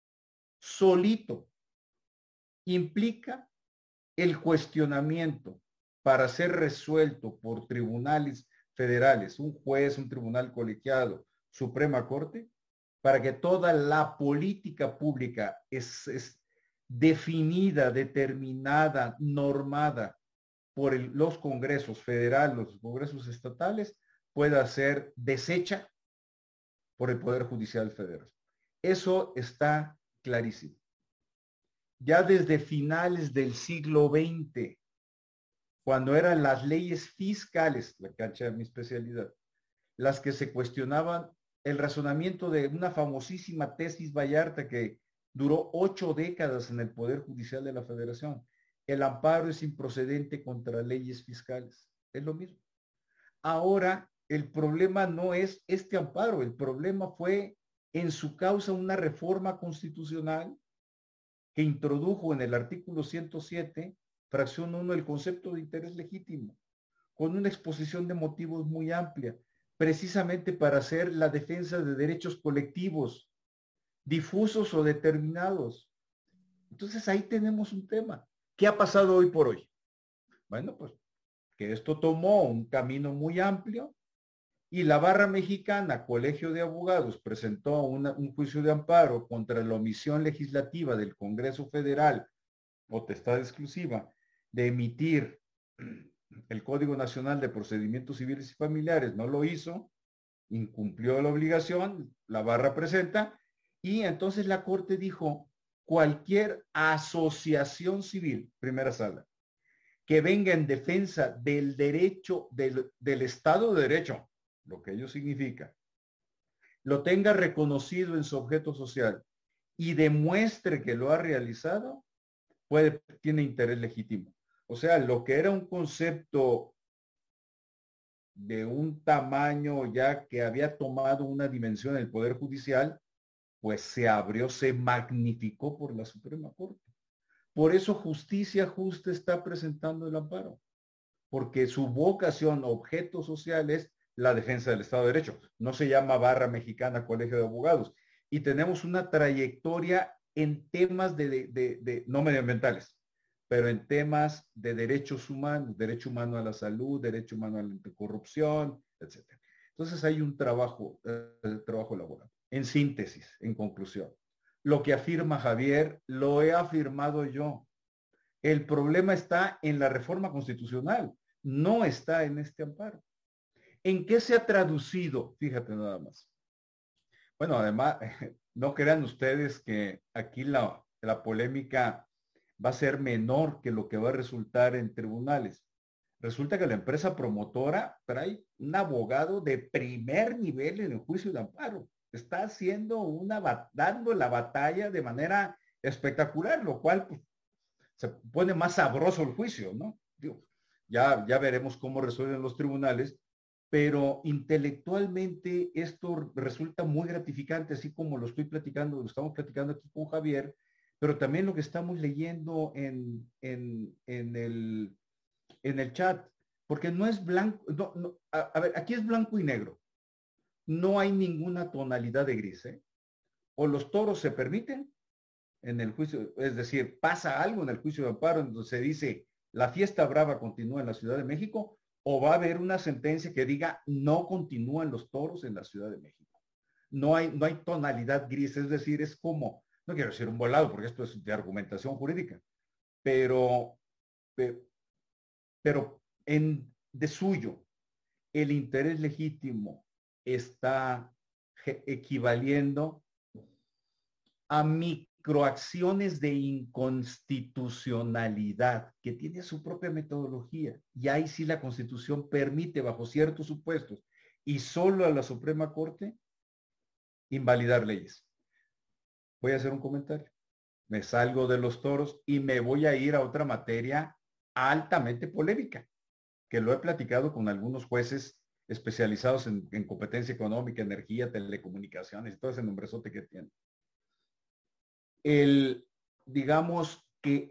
solito, implica el cuestionamiento para ser resuelto por tribunales federales, un juez, un tribunal colegiado, Suprema Corte, para que toda la política pública es definida, determinada, normada por los congresos federales, los congresos estatales, pueda ser deshecha por el Poder Judicial Federal. Eso está clarísimo. Ya desde finales del siglo XX, cuando eran las leyes fiscales, la cancha de mi especialidad, las que se cuestionaban el razonamiento de una famosísima tesis Vallarta que duró 8 décadas en el Poder Judicial de la Federación. El amparo es improcedente contra leyes fiscales. Es lo mismo. Ahora, el problema no es este amparo, el problema fue en su causa una reforma constitucional que introdujo en el artículo 107, fracción 1, el concepto de interés legítimo, con una exposición de motivos muy amplia, precisamente para hacer la defensa de derechos colectivos, difusos o determinados. Entonces ahí tenemos un tema. ¿Qué ha pasado hoy por hoy? Bueno, pues que esto tomó un camino muy amplio y la Barra Mexicana, Colegio de Abogados, presentó un juicio de amparo contra la omisión legislativa del Congreso Federal, potestad exclusiva, de emitir el Código Nacional de Procedimientos Civiles y Familiares. No lo hizo, incumplió la obligación, la Barra presenta, y entonces la Corte dijo, cualquier asociación civil, primera sala, que venga en defensa del derecho, del Estado de Derecho, lo que ello significa, lo tenga reconocido en su objeto social y demuestre que lo ha realizado, tiene interés legítimo. O sea, lo que era un concepto de un tamaño ya que había tomado una dimensión en el Poder Judicial, pues se abrió, se magnificó por la Suprema Corte. Por eso Justicia Justa está presentando el amparo, porque su vocación, objeto social es la defensa del Estado de Derecho. No se llama Barra Mexicana Colegio de Abogados. Y tenemos una trayectoria en temas no medioambientales, pero en temas de derechos humanos, derecho humano a la salud, derecho humano a la anticorrupción, etc. Entonces hay un trabajo laboral. En síntesis, en conclusión, lo que afirma Javier, lo he afirmado yo. El problema está en la reforma constitucional, no está en este amparo. ¿En qué se ha traducido? Fíjate nada más. Bueno, además, no crean ustedes que aquí la polémica va a ser menor que lo que va a resultar en tribunales. Resulta que la empresa promotora trae un abogado de primer nivel en el juicio de amparo. Está haciendo dando la batalla de manera espectacular, lo cual pues, se pone más sabroso el juicio, ¿no? Digo, ya veremos cómo resuelven los tribunales, pero intelectualmente esto resulta muy gratificante, así como lo estamos platicando aquí con Javier, pero también lo que estamos leyendo en el chat, porque no es blanco, a ver, aquí es blanco y negro, no hay ninguna tonalidad de gris, ¿eh? O los toros se permiten en el juicio, es decir, pasa algo en el juicio de amparo en donde se dice la fiesta brava continúa en la Ciudad de México, o va a haber una sentencia que diga no continúan los toros en la Ciudad de México. No hay tonalidad gris, es decir, es como, no quiero decir un volado porque esto es de argumentación jurídica, pero de suyo, el interés legítimo está equivaliendo a microacciones de inconstitucionalidad que tiene su propia metodología. Y ahí sí la Constitución permite, bajo ciertos supuestos, y solo a la Suprema Corte, invalidar leyes. Voy a hacer un comentario. Me salgo de los toros y me voy a ir a otra materia altamente polémica, que lo he platicado con algunos jueces especializados en competencia económica, energía, telecomunicaciones y todo ese nombrezote que tienen. Digamos que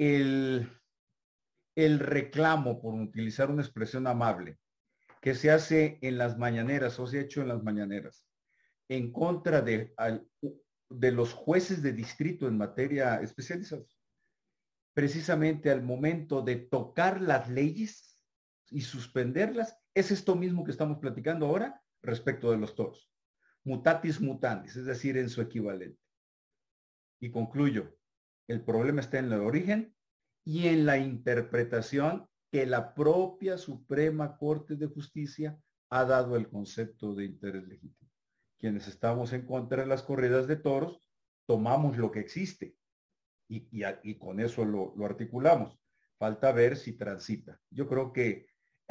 el reclamo, por utilizar una expresión amable, que se hace en las mañaneras o se ha hecho en las mañaneras en contra de los jueces de distrito en materia especializados, precisamente al momento de tocar las leyes y suspenderlas, es esto mismo que estamos platicando ahora respecto de los toros. Mutatis mutandis, es decir, en su equivalente. Y concluyo, el problema está en el origen y en la interpretación que la propia Suprema Corte de Justicia ha dado el concepto de interés legítimo. Quienes estamos en contra de las corridas de toros, tomamos lo que existe y con eso lo articulamos. Falta ver si transita. Yo creo que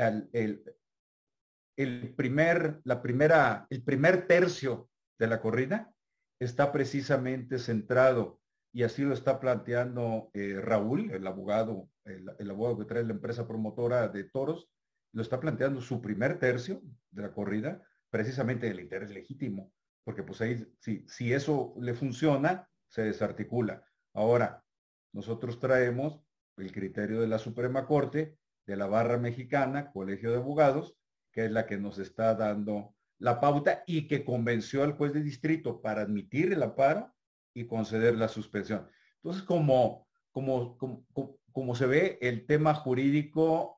el primer tercio de la corrida está precisamente centrado, y así lo está planteando Raúl, el abogado que trae la empresa promotora de toros, lo está planteando su primer tercio de la corrida, precisamente del interés legítimo, porque pues ahí, si eso le funciona, se desarticula. Ahora, nosotros traemos el criterio de la Suprema Corte, de la Barra Mexicana, Colegio de Abogados, que es la que nos está dando la pauta y que convenció al juez de distrito para admitir el amparo y conceder la suspensión. Entonces, como se ve, el tema jurídico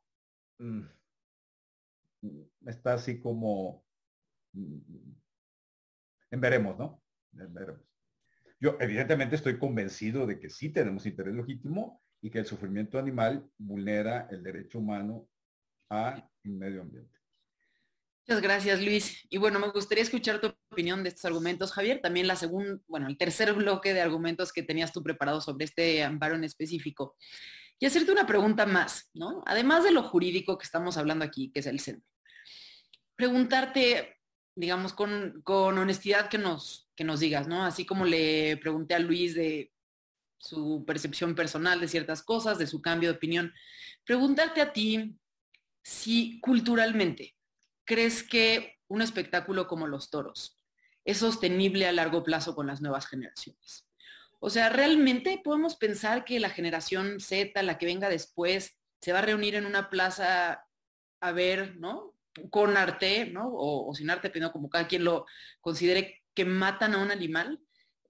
está así como en veremos, ¿no? En veremos. Yo evidentemente estoy convencido de que sí tenemos interés legítimo y que el sufrimiento animal vulnera el derecho humano a un medio ambiente. Muchas gracias, Luis. Y bueno, me gustaría escuchar tu opinión de estos argumentos, Javier. También el tercer bloque de argumentos que tenías tú preparado sobre este amparo en específico. Y hacerte una pregunta más, ¿no? Además de lo jurídico que estamos hablando aquí, que es el centro. Preguntarte, digamos, con honestidad que nos digas, ¿no? Así como le pregunté a Luis de su percepción personal de ciertas cosas, de su cambio de opinión. Preguntarte a ti si culturalmente ¿crees que un espectáculo como los toros es sostenible a largo plazo con las nuevas generaciones? O sea, ¿realmente podemos pensar que la generación Z, la que venga después, se va a reunir en una plaza a ver, ¿no? Con arte, ¿no? O sin arte, pero como cada quien lo considere, que matan a un animal?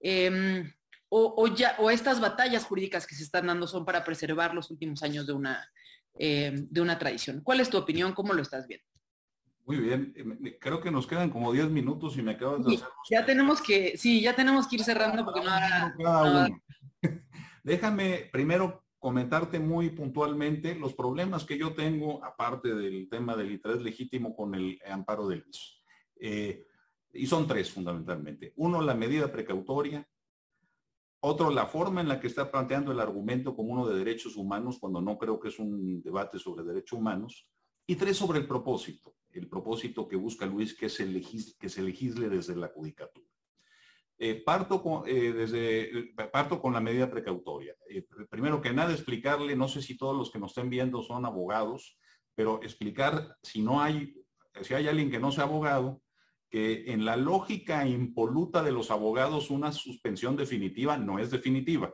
O estas batallas jurídicas que se están dando son para preservar los últimos años de una tradición. ¿Cuál es tu opinión? ¿Cómo lo estás viendo? Muy bien, creo que nos quedan como 10 minutos y me acabas de hacer... Ya tenemos que ir cerrando porque no habrá... Déjame primero comentarte muy puntualmente los problemas que yo tengo, aparte del tema del interés legítimo con el amparo de Luis. Y son tres fundamentalmente. Uno, la medida precautoria. Otro, la forma en la que está planteando el argumento como uno de derechos humanos, cuando no creo que es un debate sobre derechos humanos. Y tres, sobre el propósito que busca Luis, que se legisle desde la judicatura. Parto con la medida precautoria. Primero que nada, explicarle, no sé si todos los que nos estén viendo son abogados, pero explicar si hay alguien que no sea abogado, que en la lógica impoluta de los abogados una suspensión definitiva no es definitiva.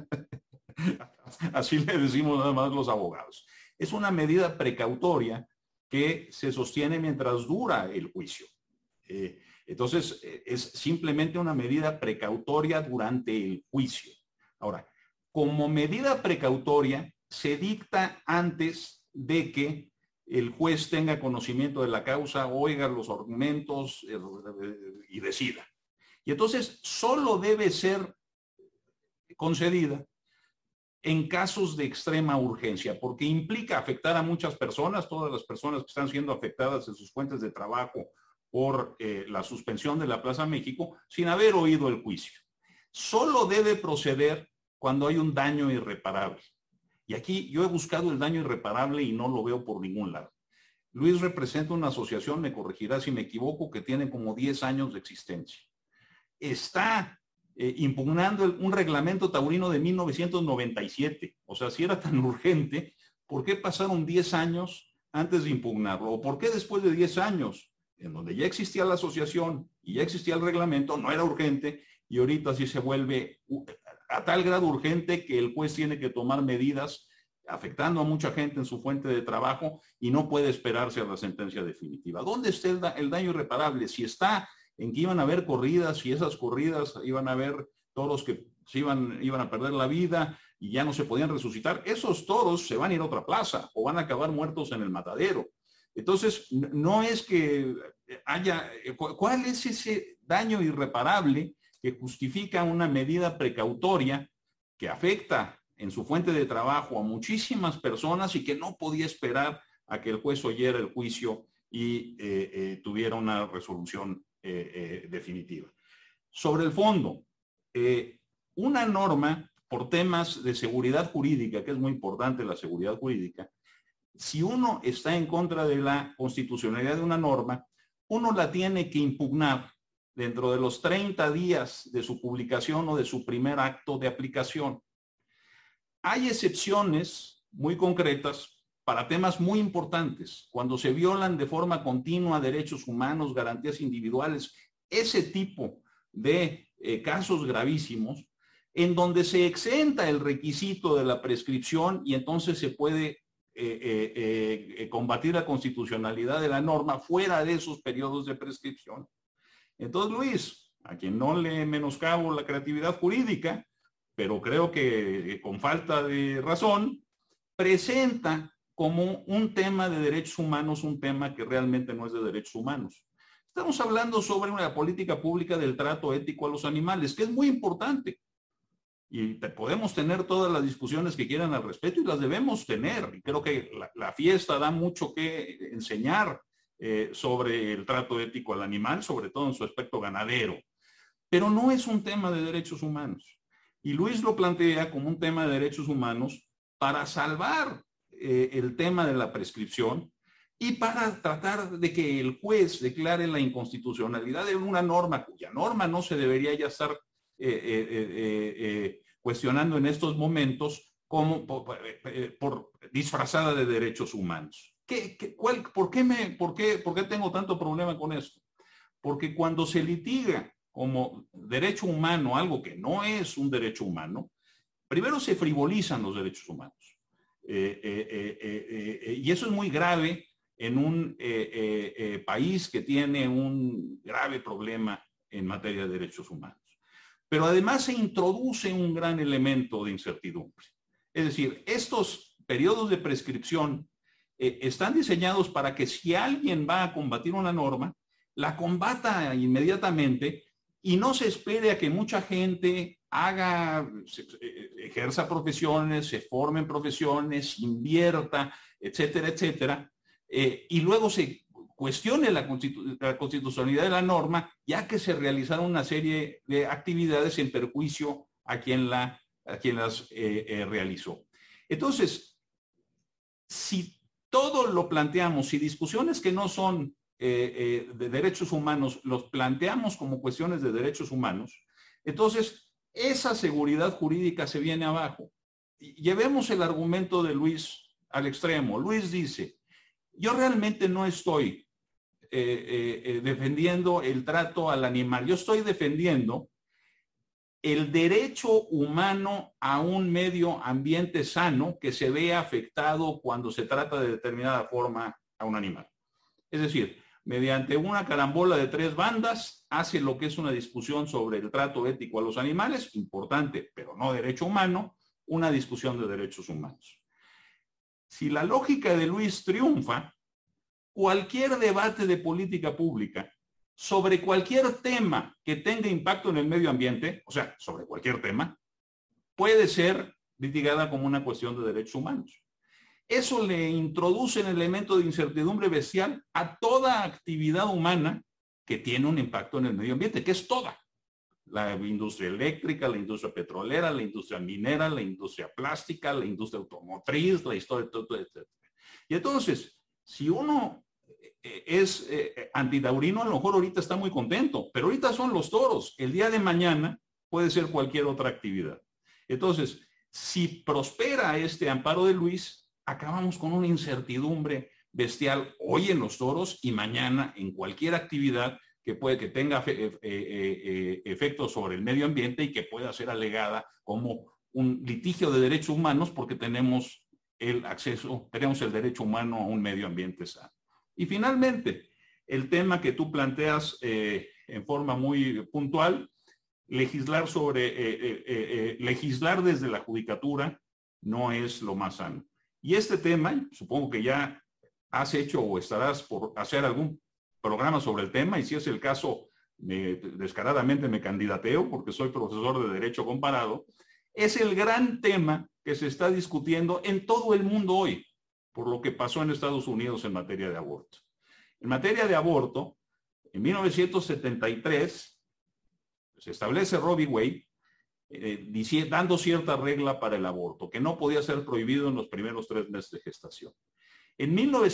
Así le decimos nada más los abogados. Es una medida precautoria que se sostiene mientras dura el juicio. Entonces, es simplemente una medida precautoria durante el juicio. Ahora, como medida precautoria, se dicta antes de que el juez tenga conocimiento de la causa, oiga los argumentos y decida. Y entonces, solo debe ser concedida en casos de extrema urgencia, porque implica afectar a muchas personas, todas las personas que están siendo afectadas en sus fuentes de trabajo por la suspensión de la Plaza México, sin haber oído el juicio. Solo debe proceder cuando hay un daño irreparable. Y aquí yo he buscado el daño irreparable y no lo veo por ningún lado. Luis representa una asociación, me corregirá si me equivoco, que tiene como 10 años de existencia. Está impugnando un reglamento taurino de 1997. O sea, si era tan urgente, ¿por qué pasaron 10 años antes de impugnarlo? ¿O por qué después de 10 años en donde ya existía la asociación y ya existía el reglamento, no era urgente, y ahorita sí se vuelve a tal grado urgente que el juez tiene que tomar medidas afectando a mucha gente en su fuente de trabajo y no puede esperarse a la sentencia definitiva. ¿Dónde está el daño irreparable? Si está en que iban a haber corridas y esas corridas iban a haber toros que se iban a perder la vida y ya no se podían resucitar, esos toros se van a ir a otra plaza o van a acabar muertos en el matadero. Entonces, no es que haya, ¿cuál es ese daño irreparable que justifica una medida precautoria que afecta en su fuente de trabajo a muchísimas personas y que no podía esperar a que el juez oyera el juicio y tuviera una resolución definitiva? Sobre el fondo, una norma por temas de seguridad jurídica, que es muy importante la seguridad jurídica, si uno está en contra de la constitucionalidad de una norma, uno la tiene que impugnar dentro de los 30 días de su publicación o de su primer acto de aplicación. Hay excepciones muy concretas para temas muy importantes, cuando se violan de forma continua derechos humanos, garantías individuales, ese tipo de casos gravísimos, en donde se exenta el requisito de la prescripción y entonces se puede combatir la constitucionalidad de la norma fuera de esos periodos de prescripción. Entonces, Luis, a quien no le menoscabo la creatividad jurídica, pero creo que con falta de razón, presenta como un tema de derechos humanos, un tema que realmente no es de derechos humanos. Estamos hablando sobre una política pública del trato ético a los animales, que es muy importante. Y podemos tener todas las discusiones que quieran al respecto y las debemos tener. Y creo que la fiesta da mucho que enseñar sobre el trato ético al animal, sobre todo en su aspecto ganadero. Pero no es un tema de derechos humanos. Y Luis lo plantea como un tema de derechos humanos para salvar el tema de la prescripción y para tratar de que el juez declare la inconstitucionalidad de una norma cuya norma no se debería ya estar cuestionando en estos momentos como por disfrazada de derechos humanos. ¿Por qué tengo tanto problema con esto? Porque cuando se litiga como derecho humano algo que no es un derecho humano, primero se frivolizan los derechos humanos. Y eso es muy grave en un país que tiene un grave problema en materia de derechos humanos. Pero además se introduce un gran elemento de incertidumbre. Es decir, estos periodos de prescripción están diseñados para que si alguien va a combatir una norma, la combata inmediatamente y no se espere a que mucha gente ejerza profesiones, se forme en profesiones, invierta, etcétera, etcétera, y luego se cuestione la constitucionalidad de la norma, ya que se realizaron una serie de actividades en perjuicio a quien las realizó. Entonces, si todo lo planteamos, si discusiones que no son de derechos humanos los planteamos como cuestiones de derechos humanos, entonces esa seguridad jurídica se viene abajo. Llevemos el argumento de Luis al extremo. Luis dice, yo realmente no estoy defendiendo el trato al animal. Yo estoy defendiendo el derecho humano a un medio ambiente sano que se vea afectado cuando se trata de determinada forma a un animal. Es decir, mediante una carambola de 3 bandas, hace lo que es una discusión sobre el trato ético a los animales, importante, pero no derecho humano, una discusión de derechos humanos. Si la lógica de Luis triunfa, cualquier debate de política pública sobre cualquier tema que tenga impacto en el medio ambiente, o sea, sobre cualquier tema, puede ser litigada como una cuestión de derechos humanos. Eso le introduce un elemento de incertidumbre bestial a toda actividad humana que tiene un impacto en el medio ambiente, que es toda. La industria eléctrica, la industria petrolera, la industria minera, la industria plástica, la industria automotriz, la historia, etc. Y entonces, si uno es antitaurino, a lo mejor ahorita está muy contento, pero ahorita son los toros. El día de mañana puede ser cualquier otra actividad. Entonces, si prospera este amparo de Luis, acabamos con una incertidumbre bestial hoy en los toros y mañana en cualquier actividad que puede que tenga efectos sobre el medio ambiente y que pueda ser alegada como un litigio de derechos humanos porque tenemos el derecho humano a un medio ambiente sano. Y finalmente, el tema que tú planteas en forma muy puntual, legislar desde la judicatura no es lo más sano. Y este tema, supongo que ya has hecho o estarás por hacer algún programa sobre el tema, y si es el caso, descaradamente me candidateo porque soy profesor de Derecho Comparado. Es el gran tema que se está discutiendo en todo el mundo hoy, por lo que pasó en Estados Unidos en materia de aborto. En materia de aborto, en 1973 se establece Roe v. Wade, dando cierta regla para el aborto, que no podía ser prohibido en los primeros 3 meses de gestación. En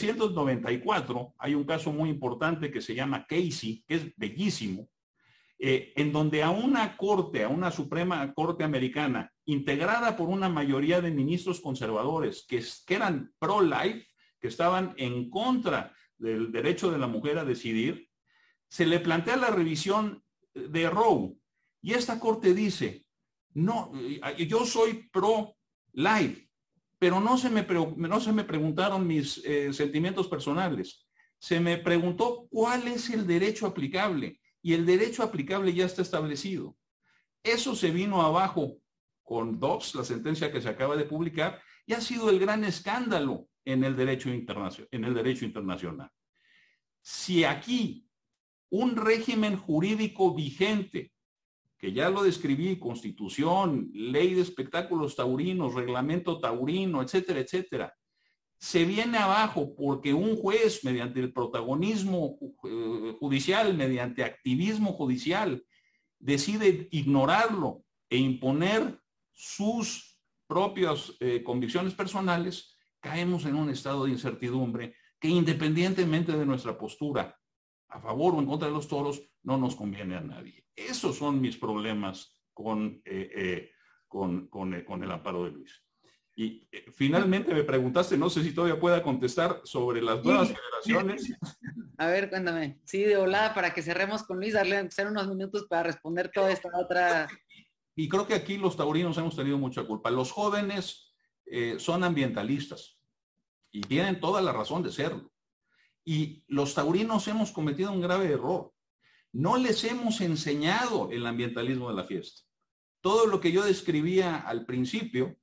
1994 hay un caso muy importante que se llama Casey, que es bellísimo, en donde a una Suprema Corte americana, integrada por una mayoría de ministros conservadores que eran pro-life, que estaban en contra del derecho de la mujer a decidir, se le plantea la revisión de Roe. Y esta corte dice, no, yo soy pro-life, pero no se me preguntaron mis sentimientos personales. Se me preguntó cuál es el derecho aplicable. Y el derecho aplicable ya está establecido. Eso se vino abajo con Dobbs, la sentencia que se acaba de publicar, y ha sido el gran escándalo en el derecho internacional. Si aquí un régimen jurídico vigente, que ya lo describí, Constitución, Ley de Espectáculos Taurinos, Reglamento Taurino, etcétera, etcétera, se viene abajo porque un juez, mediante el protagonismo judicial, mediante activismo judicial, decide ignorarlo e imponer sus propias convicciones personales, caemos en un estado de incertidumbre que, independientemente de nuestra postura a favor o en contra de los toros, no nos conviene a nadie. Esos son mis problemas con el amparo de Luis. Y finalmente me preguntaste, no sé si todavía pueda contestar, sobre las nuevas generaciones. A ver, cuéntame. Sí, de volada, para que cerremos con Luis, darle unos minutos para responder toda esta otra. Y creo que aquí los taurinos hemos tenido mucha culpa. Los jóvenes son ambientalistas y tienen toda la razón de serlo. Y los taurinos hemos cometido un grave error. No les hemos enseñado el ambientalismo de la fiesta. Todo lo que yo describía al principio,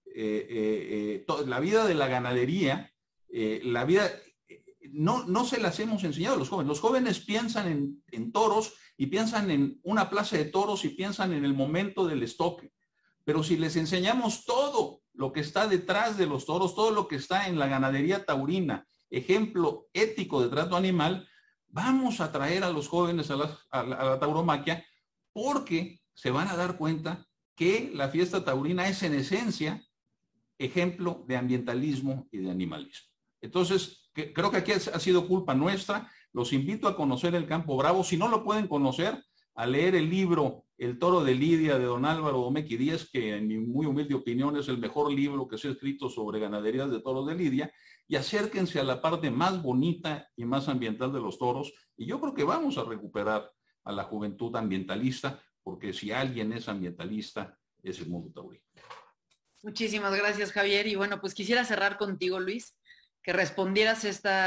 la vida de la ganadería, la vida, no se las hemos enseñado a los jóvenes. Los jóvenes piensan en toros y piensan en una plaza de toros y piensan en el momento del estoque. Pero si les enseñamos todo lo que está detrás de los toros, todo lo que está en la ganadería taurina, ejemplo ético de trato animal, vamos a traer a los jóvenes a la tauromaquia, porque se van a dar cuenta que la fiesta taurina es en esencia ejemplo de ambientalismo y de animalismo. Entonces, creo que aquí ha sido culpa nuestra. Los invito a conocer el Campo Bravo. Si no lo pueden conocer, a leer el libro El Toro de Lidia de don Álvaro Domequi Díez, que en mi muy humilde opinión es el mejor libro que se ha escrito sobre ganaderías de toros de lidia, y acérquense a la parte más bonita y más ambiental de los toros. Y yo creo que vamos a recuperar a la juventud ambientalista, porque si alguien es ambientalista, es el mundo taurino. Muchísimas gracias, Javier. Y bueno, pues quisiera cerrar contigo, Luis, que respondieras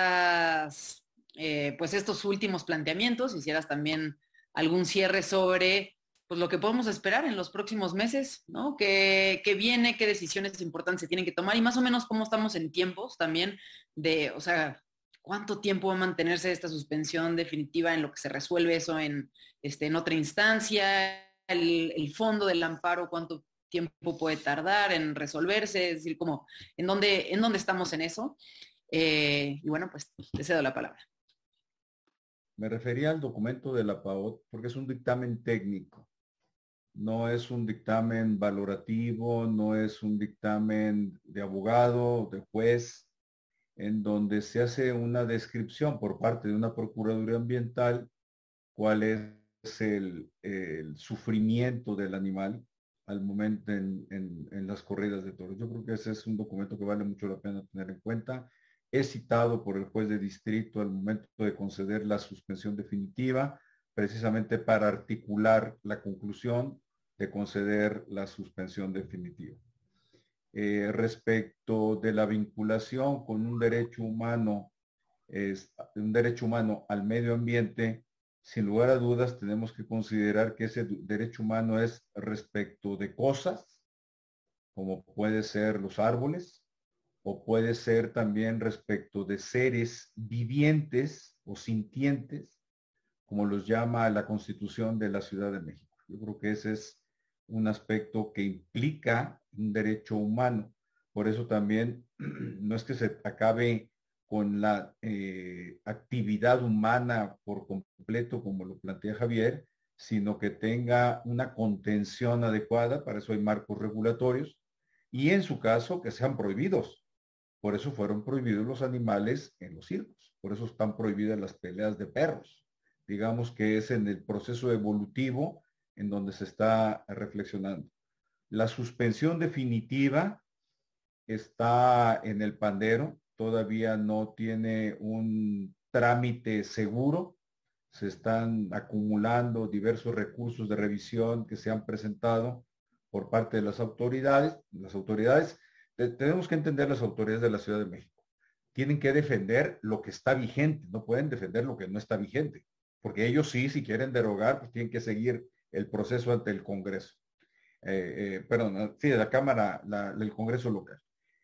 pues estos últimos planteamientos, hicieras también algún cierre sobre pues lo que podemos esperar en los próximos meses, ¿no? ¿Qué viene? ¿Qué decisiones importantes se tienen que tomar? Y más o menos cómo estamos en tiempos también de, o sea, ¿cuánto tiempo va a mantenerse esta suspensión definitiva en lo que se resuelve eso en otra instancia? El fondo del amparo, ¿cuánto tiempo puede tardar en resolverse? Es decir, como, ¿en dónde estamos en eso? Y bueno, pues te cedo la palabra. Me refería al documento de la PAOT porque es un dictamen técnico. No es un dictamen valorativo, no es un dictamen de abogado, de juez, en donde se hace una descripción por parte de una Procuraduría Ambiental cuál es el sufrimiento del animal al momento en las corridas de toros. Yo creo que ese es un documento que vale mucho la pena tener en cuenta es citado por el juez de distrito al momento de conceder la suspensión definitiva, precisamente para articular la conclusión de conceder la suspensión definitiva. Respecto de la vinculación con un derecho humano al medio ambiente, sin lugar a dudas tenemos que considerar que ese derecho humano es respecto de cosas, como puede ser los árboles, o puede ser también respecto de seres vivientes o sintientes, como los llama la Constitución de la Ciudad de México. Yo creo que ese es un aspecto que implica un derecho humano. Por eso también no es que se acabe con la actividad humana por completo, como lo plantea Javier, sino que tenga una contención adecuada, para eso hay marcos regulatorios, y en su caso que sean prohibidos. Por eso fueron prohibidos los animales en los circos, por eso están prohibidas las peleas de perros. Digamos que es en el proceso evolutivo en donde se está reflexionando. La suspensión definitiva está en el pandero, todavía no tiene un trámite seguro, se están acumulando diversos recursos de revisión que se han presentado por parte de las autoridades. Tenemos que entender, las autoridades de la Ciudad de México tienen que defender lo que está vigente, no pueden defender lo que no está vigente, porque ellos sí, si quieren derogar, pues tienen que seguir el proceso ante el Congreso. Sí, de la Cámara, del Congreso local.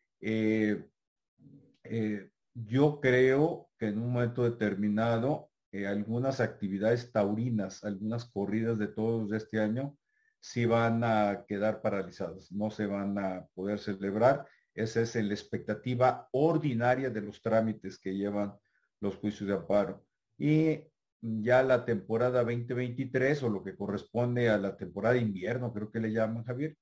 Yo creo que en un momento determinado, algunas actividades taurinas, algunas corridas de toros de este año, sí van a quedar paralizadas, no se van a poder celebrar. Esa es la expectativa ordinaria de los trámites que llevan los juicios de amparo. Y ya la temporada 2023, o lo que corresponde a la temporada de invierno, creo que le llaman, Javier,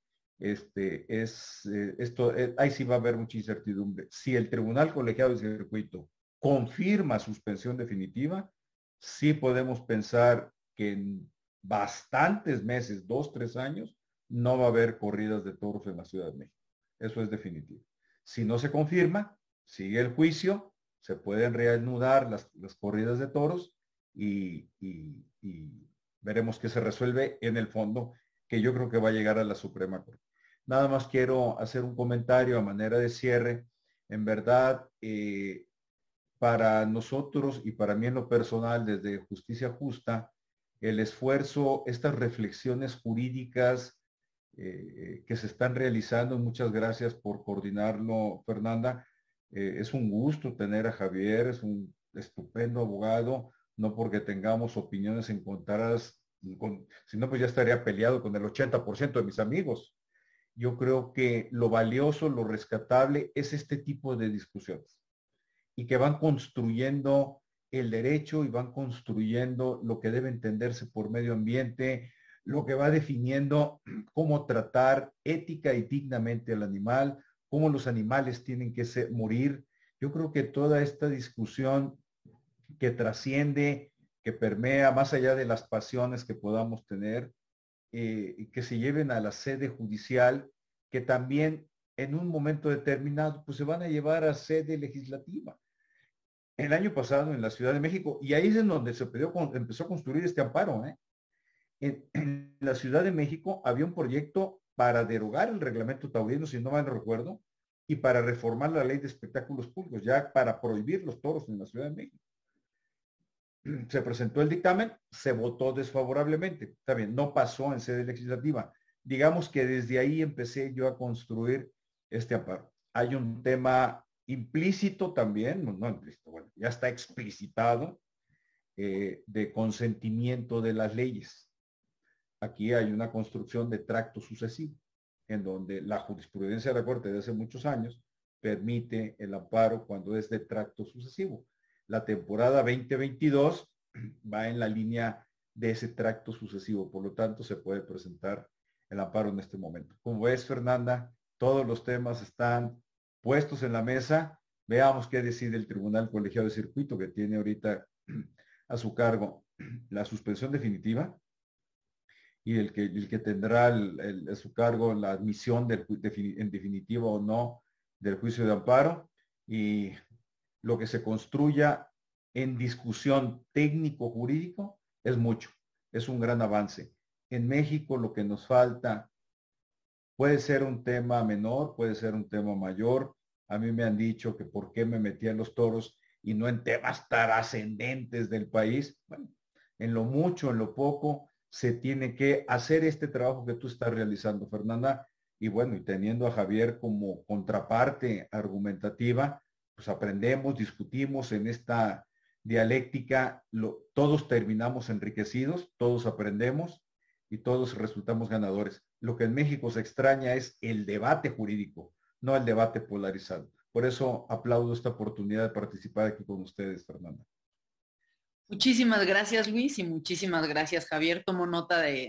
ahí sí va a haber mucha incertidumbre. Si el Tribunal Colegiado de Circuito confirma suspensión definitiva, sí podemos pensar que en bastantes meses, 2, 3 años, no va a haber corridas de toros en la Ciudad de México. Eso es definitivo. Si no se confirma, sigue el juicio, se pueden reanudar las corridas de toros y veremos qué se resuelve en el fondo, que yo creo que va a llegar a la Suprema Corte. Nada más quiero hacer un comentario a manera de cierre. En verdad, para nosotros y para mí en lo personal, desde Justicia Justa, el esfuerzo, estas reflexiones jurídicas que se están realizando, muchas gracias por coordinarlo, Fernanda. Es un gusto tener a Javier, es un estupendo abogado, no porque tengamos opiniones encontradas, sino pues ya estaría peleado con el 80% de mis amigos. Yo creo que lo valioso, lo rescatable es este tipo de discusiones y que van construyendo el derecho y van construyendo lo que debe entenderse por medio ambiente, lo que va definiendo cómo tratar ética y dignamente al animal, cómo los animales tienen que morir. Yo creo que toda esta discusión que trasciende, que permea más allá de las pasiones que podamos tener, que se lleven a la sede judicial, que también en un momento determinado pues se van a llevar a sede legislativa. El año pasado en la Ciudad de México, y ahí es en donde empezó a construir este amparo, en la Ciudad de México había un proyecto para derogar el reglamento taurino, si no mal recuerdo, y para reformar la ley de espectáculos públicos, ya para prohibir los toros en la Ciudad de México. Se presentó el dictamen, se votó desfavorablemente. Está bien, no pasó en sede legislativa. Digamos que desde ahí empecé yo a construir este amparo. Hay un tema implícito también, no implícito, bueno, ya está explicitado, de consentimiento de las leyes. Aquí hay una construcción de tracto sucesivo, en donde la jurisprudencia de la Corte de hace muchos años permite el amparo cuando es de tracto sucesivo. La temporada 2022 va en la línea de ese tracto sucesivo, por lo tanto se puede presentar el amparo en este momento. Como ves, Fernanda, todos los temas están puestos en la mesa. Veamos qué decide el Tribunal Colegiado de Circuito, que tiene ahorita a su cargo la suspensión definitiva y el que tendrá a su cargo la admisión en definitiva o no del juicio de amparo. Y lo que se construya en discusión técnico-jurídico es mucho, es un gran avance. En México lo que nos falta puede ser un tema menor, puede ser un tema mayor. A mí me han dicho que por qué me metí en los toros y no en temas trascendentes del país. Bueno, en lo mucho, en lo poco, se tiene que hacer este trabajo que tú estás realizando, Fernanda. Y bueno, y teniendo a Javier como contraparte argumentativa, pues aprendemos, discutimos en esta dialéctica, todos terminamos enriquecidos, todos aprendemos y todos resultamos ganadores. Lo que en México se extraña es el debate jurídico, no el debate polarizado. Por eso aplaudo esta oportunidad de participar aquí con ustedes, Fernanda. Muchísimas gracias, Luis, y muchísimas gracias, Javier. Tomo nota de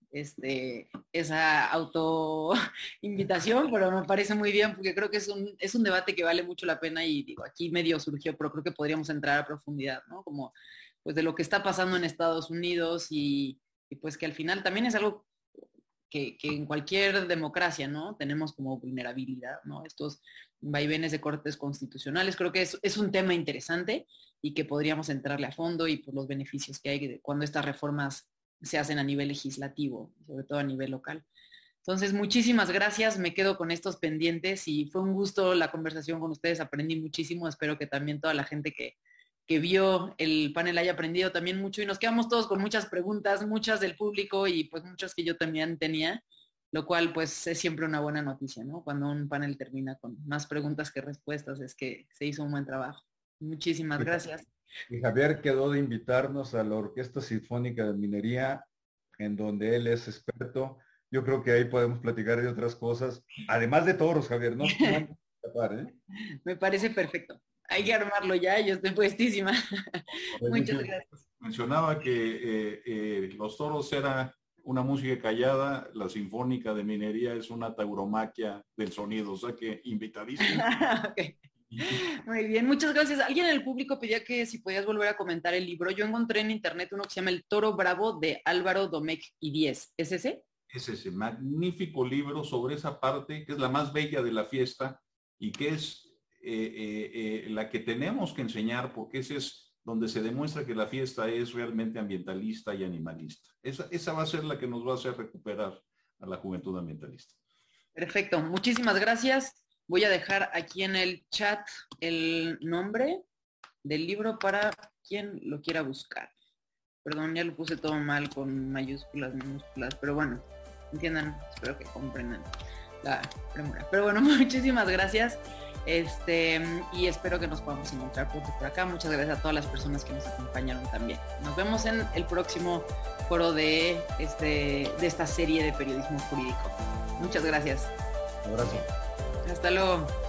esa autoinvitación, pero me parece muy bien porque creo que es un debate que vale mucho la pena y digo, aquí medio surgió, pero creo que podríamos entrar a profundidad, ¿no? Como pues de lo que está pasando en Estados Unidos y pues que al final también es algo que en cualquier democracia, ¿no? Tenemos como vulnerabilidad, ¿no? Estos vaivenes de cortes constitucionales. Creo que es un tema interesante y que podríamos entrarle a fondo y por los beneficios que hay cuando estas reformas se hacen a nivel legislativo, sobre todo a nivel local. Entonces, muchísimas gracias. Me quedo con estos pendientes y fue un gusto la conversación con ustedes. Aprendí muchísimo. Espero que también toda la gente que vio el panel haya aprendido también mucho y nos quedamos todos con muchas preguntas, muchas del público y pues muchas que yo también tenía, lo cual pues es siempre una buena noticia, ¿no? Cuando un panel termina con más preguntas que respuestas es que se hizo un buen trabajo. Muchísimas gracias. Y Javier quedó de invitarnos a la Orquesta Sinfónica de Minería, en donde él es experto. Yo creo que ahí podemos platicar de otras cosas, además de toros, Javier, ¿no? Me parece perfecto. Hay que armarlo ya, yo estoy puestísima. Muchas gracias. Mencionaba que los toros era una música callada, la Sinfónica de Minería es una tauromaquia del sonido, o sea que invitadísimo. Okay. Muy bien, muchas gracias. Alguien en el público pedía que si podías volver a comentar el libro. Yo encontré en internet uno que se llama El Toro Bravo de Álvaro Domecq y Díez. ¿Es ese? Es ese magnífico libro sobre esa parte que es la más bella de la fiesta y que es la que tenemos que enseñar porque ese es donde se demuestra que la fiesta es realmente ambientalista y animalista. Esa va a ser la que nos va a hacer recuperar a la juventud ambientalista. Perfecto, muchísimas gracias. Voy a dejar aquí en el chat el nombre del libro para quien lo quiera buscar. Perdón, ya lo puse todo mal con mayúsculas, minúsculas, pero bueno, entiendan, espero que comprendan la premura. Pero bueno, muchísimas gracias. Y espero que nos podamos encontrar pronto por acá. Muchas gracias a todas las personas que nos acompañaron también. Nos vemos en el próximo foro de esta serie de periodismo jurídico. Muchas gracias. Un abrazo. Hasta luego.